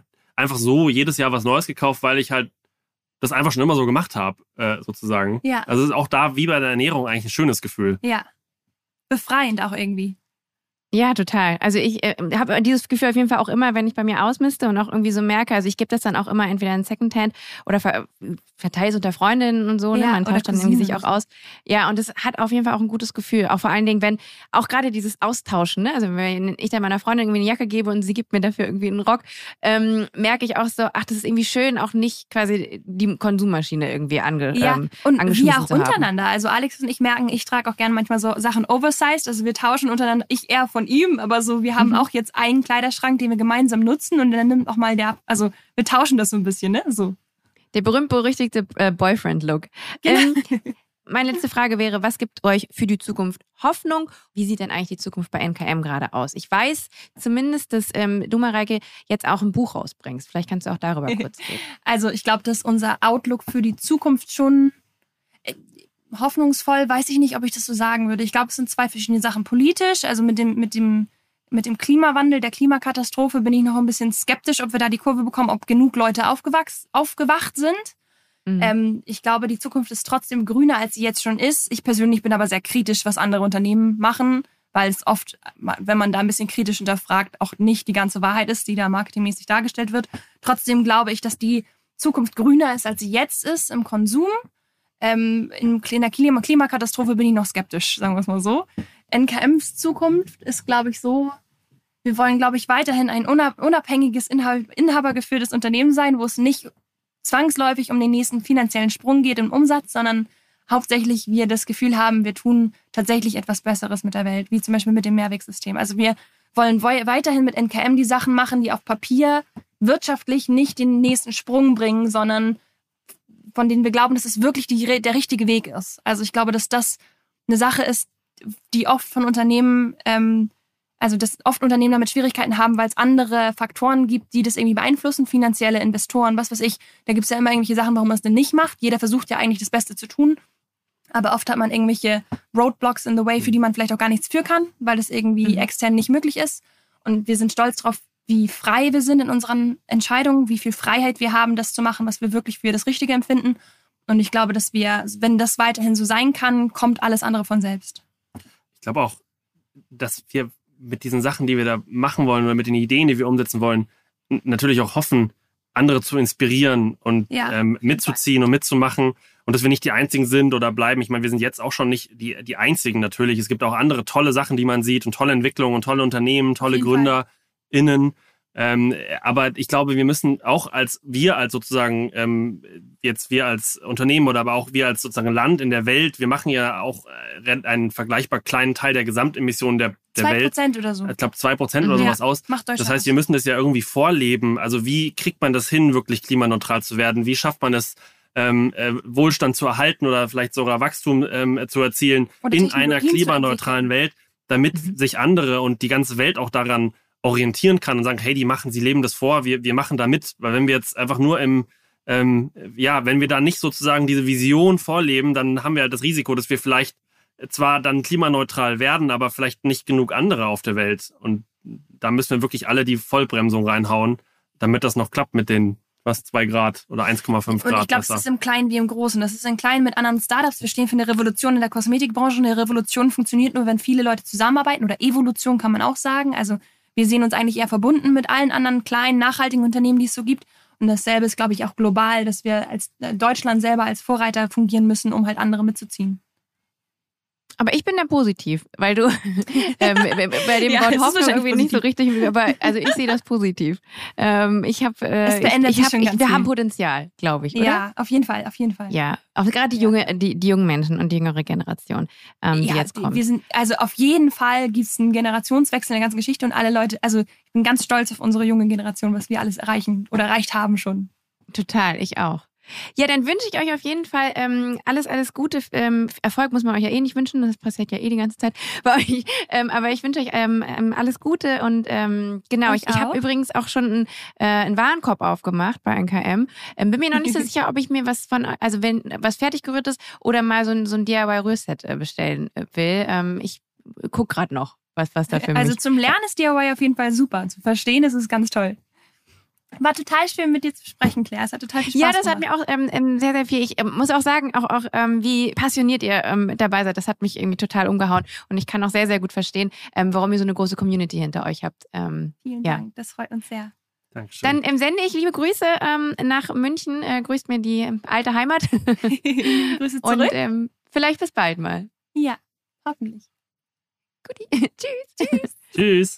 so jedes Jahr was Neues gekauft, weil ich halt das einfach schon immer so gemacht habe, sozusagen. Ja. Also es ist auch da, wie bei der Ernährung, eigentlich ein schönes Gefühl. Ja, befreiend auch irgendwie. Ja, total. Also ich habe dieses Gefühl auf jeden Fall auch immer, wenn ich bei mir ausmiste und auch irgendwie so merke, also ich gebe das dann auch immer entweder in Secondhand oder verteile es unter Freundinnen und so, ne? Man tauscht dann irgendwie sich auch aus. Ja, und das hat auf jeden Fall auch ein gutes Gefühl. Auch vor allen Dingen, wenn auch gerade dieses Austauschen, ne? Also wenn ich dann meiner Freundin irgendwie eine Jacke gebe und sie gibt mir dafür irgendwie einen Rock, merke ich auch so, ach, das ist irgendwie schön, auch nicht quasi die Konsummaschine irgendwie und angeschmissen wir auch zu haben. untereinander. Also Alex und ich merken, ich trage auch gerne manchmal so Sachen oversized, also wir tauschen untereinander, ich eher von ihm, aber so, wir haben auch jetzt einen Kleiderschrank, den wir gemeinsam nutzen und dann nimmt auch mal wir tauschen das so ein bisschen, ne? So. Der berühmt-berüchtigte Boyfriend-Look. Genau. Meine letzte Frage wäre, was gibt euch für die Zukunft Hoffnung? Wie sieht denn eigentlich die Zukunft bei NKM gerade aus? Ich weiß zumindest, dass du, Mareike, jetzt auch ein Buch rausbringst. Vielleicht kannst du auch darüber kurz reden. Also ich glaube, dass unser Outlook für die Zukunft schon hoffnungsvoll weiß ich nicht, ob ich das so sagen würde. Ich glaube, es sind zwei verschiedene Sachen. Politisch, also mit dem Klimawandel, der Klimakatastrophe bin ich noch ein bisschen skeptisch, ob wir da die Kurve bekommen, ob genug Leute aufgewacht sind. Ich glaube, die Zukunft ist trotzdem grüner, als sie jetzt schon ist. Ich persönlich bin aber sehr kritisch, was andere Unternehmen machen, weil es oft, wenn man da ein bisschen kritisch hinterfragt, auch nicht die ganze Wahrheit ist, die da marketingmäßig dargestellt wird. Trotzdem glaube ich, dass die Zukunft grüner ist, als sie jetzt ist im Konsum. In der Klimakatastrophe bin ich noch skeptisch, sagen wir es mal so. NKMs Zukunft ist, glaube ich, so, wir wollen, glaube ich, weiterhin ein unabhängiges, inhabergeführtes Unternehmen sein, wo es nicht zwangsläufig um den nächsten finanziellen Sprung geht im Umsatz, sondern hauptsächlich wir das Gefühl haben, wir tun tatsächlich etwas Besseres mit der Welt, wie zum Beispiel mit dem Mehrwegsystem. Also wir wollen weiterhin mit NKM die Sachen machen, die auf Papier wirtschaftlich nicht den nächsten Sprung bringen, sondern von denen wir glauben, dass es wirklich der richtige Weg ist. Also ich glaube, dass das eine Sache ist, die oft von Unternehmen, dass oft Unternehmen damit Schwierigkeiten haben, weil es andere Faktoren gibt, die das irgendwie beeinflussen, finanzielle Investoren, was weiß ich. Da gibt es ja immer irgendwelche Sachen, warum man es denn nicht macht. Jeder versucht ja eigentlich das Beste zu tun. Aber oft hat man irgendwelche Roadblocks in the way, für die man vielleicht auch gar nichts für kann, weil das irgendwie extern nicht möglich ist. Und wir sind stolz darauf, wie frei wir sind in unseren Entscheidungen, wie viel Freiheit wir haben, das zu machen, was wir wirklich für das Richtige empfinden. Und ich glaube, dass wir, wenn das weiterhin so sein kann, kommt alles andere von selbst. Ich glaube auch, dass wir mit diesen Sachen, die wir da machen wollen oder mit den Ideen, die wir umsetzen wollen, natürlich auch hoffen, andere zu inspirieren und mitzuziehen und mitzumachen. Und dass wir nicht die Einzigen sind oder bleiben. Ich meine, wir sind jetzt auch schon nicht die Einzigen natürlich. Es gibt auch andere tolle Sachen, die man sieht und tolle Entwicklungen und tolle Unternehmen, tolle GründerInnen. Aber ich glaube, wir müssen auch als sozusagen, jetzt wir als Unternehmen oder aber auch wir als sozusagen Land in der Welt, wir machen ja auch einen vergleichbar kleinen Teil der Gesamtemissionen der Welt. 2% oder so. Ich glaube 2% oder sowas aus. Das heißt, wir müssen das ja irgendwie vorleben. Also wie kriegt man das hin, wirklich klimaneutral zu werden? Wie schafft man es, Wohlstand zu erhalten oder vielleicht sogar Wachstum zu erzielen in einer klimaneutralen Welt, damit sich andere und die ganze Welt auch daran orientieren kann und sagen, hey, sie leben das vor, wir machen da mit. Weil wenn wir jetzt einfach nur wenn wir da nicht sozusagen diese Vision vorleben, dann haben wir das Risiko, dass wir vielleicht zwar dann klimaneutral werden, aber vielleicht nicht genug andere auf der Welt. Und da müssen wir wirklich alle die Vollbremsung reinhauen, damit das noch klappt mit den 2 Grad oder 1,5 Grad. Und ich glaube, das ist im Kleinen wie im Großen. Das ist im Kleinen mit anderen Startups. Wir stehen für eine Revolution in der Kosmetikbranche. Eine Revolution funktioniert nur, wenn viele Leute zusammenarbeiten. Oder Evolution kann man auch sagen. Also wir sehen uns eigentlich eher verbunden mit allen anderen kleinen, nachhaltigen Unternehmen, die es so gibt. Und dasselbe ist, glaube ich, auch global, dass wir als Deutschland selber als Vorreiter fungieren müssen, um halt andere mitzuziehen. Aber ich bin da positiv, weil du bei dem Wort Hoffnung irgendwie nicht so richtig, aber also ich sehe das positiv. Wir haben Potenzial, glaube ich, oder? Ja, auf jeden Fall. Ja, auch gerade die jungen Menschen und die jüngere Generation, die jetzt kommen. Wir sind, also auf jeden Fall gibt es einen Generationswechsel in der ganzen Geschichte und alle Leute, also ich bin ganz stolz auf unsere junge Generation, was wir alles erreichen oder erreicht haben schon. Total, ich auch. Ja, dann wünsche ich euch auf jeden Fall alles Gute. Erfolg muss man euch ja eh nicht wünschen, das passiert ja eh die ganze Zeit bei euch. Aber ich wünsche euch alles Gute und genau, ich habe übrigens auch schon einen Warenkorb aufgemacht bei NKM. Bin mir noch nicht so sicher, ob ich mir was wenn was fertig gerührt ist oder mal so ein DIY-Rührset bestellen will. Ich gucke gerade noch, was da für mich. Also zum Lernen ist DIY auf jeden Fall super. Zu verstehen ist es ganz toll. War total schön, mit dir zu sprechen, Claire. Es hat total viel Spaß gemacht. Ja, das hat mir auch sehr, sehr viel. Ich muss auch sagen, auch wie passioniert ihr dabei seid. Das hat mich irgendwie total umgehauen. Und ich kann auch sehr, sehr gut verstehen, warum ihr so eine große Community hinter euch habt. Vielen Dank, das freut uns sehr. Dankeschön. Dann sende ich liebe Grüße nach München. Grüßt mir die alte Heimat. Grüße zurück. Und vielleicht bis bald mal. Ja, hoffentlich. Guti. Tschüss. Tschüss.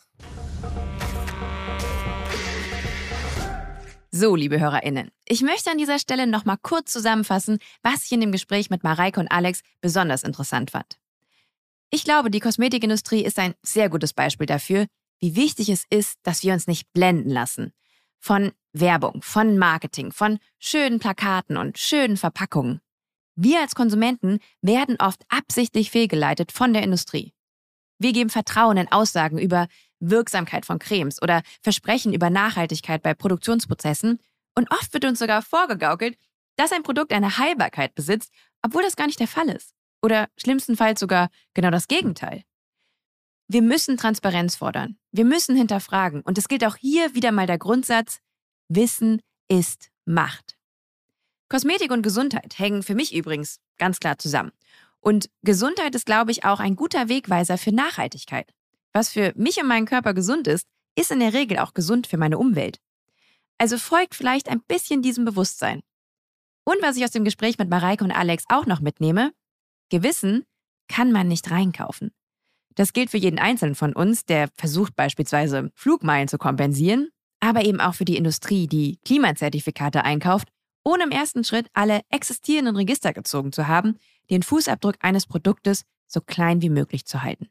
So, liebe HörerInnen, ich möchte an dieser Stelle noch mal kurz zusammenfassen, was ich in dem Gespräch mit Mareike und Alex besonders interessant fand. Ich glaube, die Kosmetikindustrie ist ein sehr gutes Beispiel dafür, wie wichtig es ist, dass wir uns nicht blenden lassen. Von Werbung, von Marketing, von schönen Plakaten und schönen Verpackungen. Wir als Konsumenten werden oft absichtlich fehlgeleitet von der Industrie. Wir geben Vertrauen in Aussagen über Wirksamkeit von Cremes oder Versprechen über Nachhaltigkeit bei Produktionsprozessen und oft wird uns sogar vorgegaukelt, dass ein Produkt eine Heilbarkeit besitzt, obwohl das gar nicht der Fall ist. Oder schlimmstenfalls sogar genau das Gegenteil. Wir müssen Transparenz fordern. Wir müssen hinterfragen. Und es gilt auch hier wieder mal der Grundsatz, Wissen ist Macht. Kosmetik und Gesundheit hängen für mich übrigens ganz klar zusammen. Und Gesundheit ist, glaube ich, auch ein guter Wegweiser für Nachhaltigkeit. Was für mich und meinen Körper gesund ist in der Regel auch gesund für meine Umwelt. Also folgt vielleicht ein bisschen diesem Bewusstsein. Und was ich aus dem Gespräch mit Mareike und Alex auch noch mitnehme, Gewissen kann man nicht reinkaufen. Das gilt für jeden Einzelnen von uns, der versucht beispielsweise Flugmeilen zu kompensieren, aber eben auch für die Industrie, die Klimazertifikate einkauft, ohne im ersten Schritt alle existierenden Register gezogen zu haben, den Fußabdruck eines Produktes so klein wie möglich zu halten.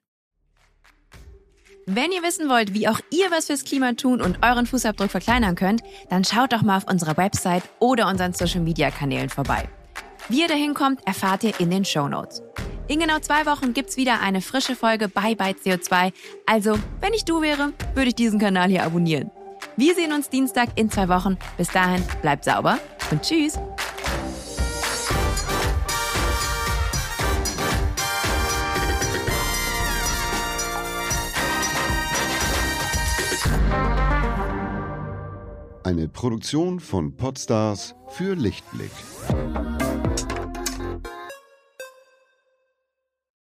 Wenn ihr wissen wollt, wie auch ihr was fürs Klima tun und euren Fußabdruck verkleinern könnt, dann schaut doch mal auf unserer Website oder unseren Social-Media-Kanälen vorbei. Wie ihr dahin kommt, erfahrt ihr in den Shownotes. In genau 2 Wochen gibt's wieder eine frische Folge Bye Bye CO2. Also, wenn ich du wäre, würde ich diesen Kanal hier abonnieren. Wir sehen uns Dienstag in 2 Wochen. Bis dahin, bleibt sauber und tschüss. Eine Produktion von Podstars für Lichtblick.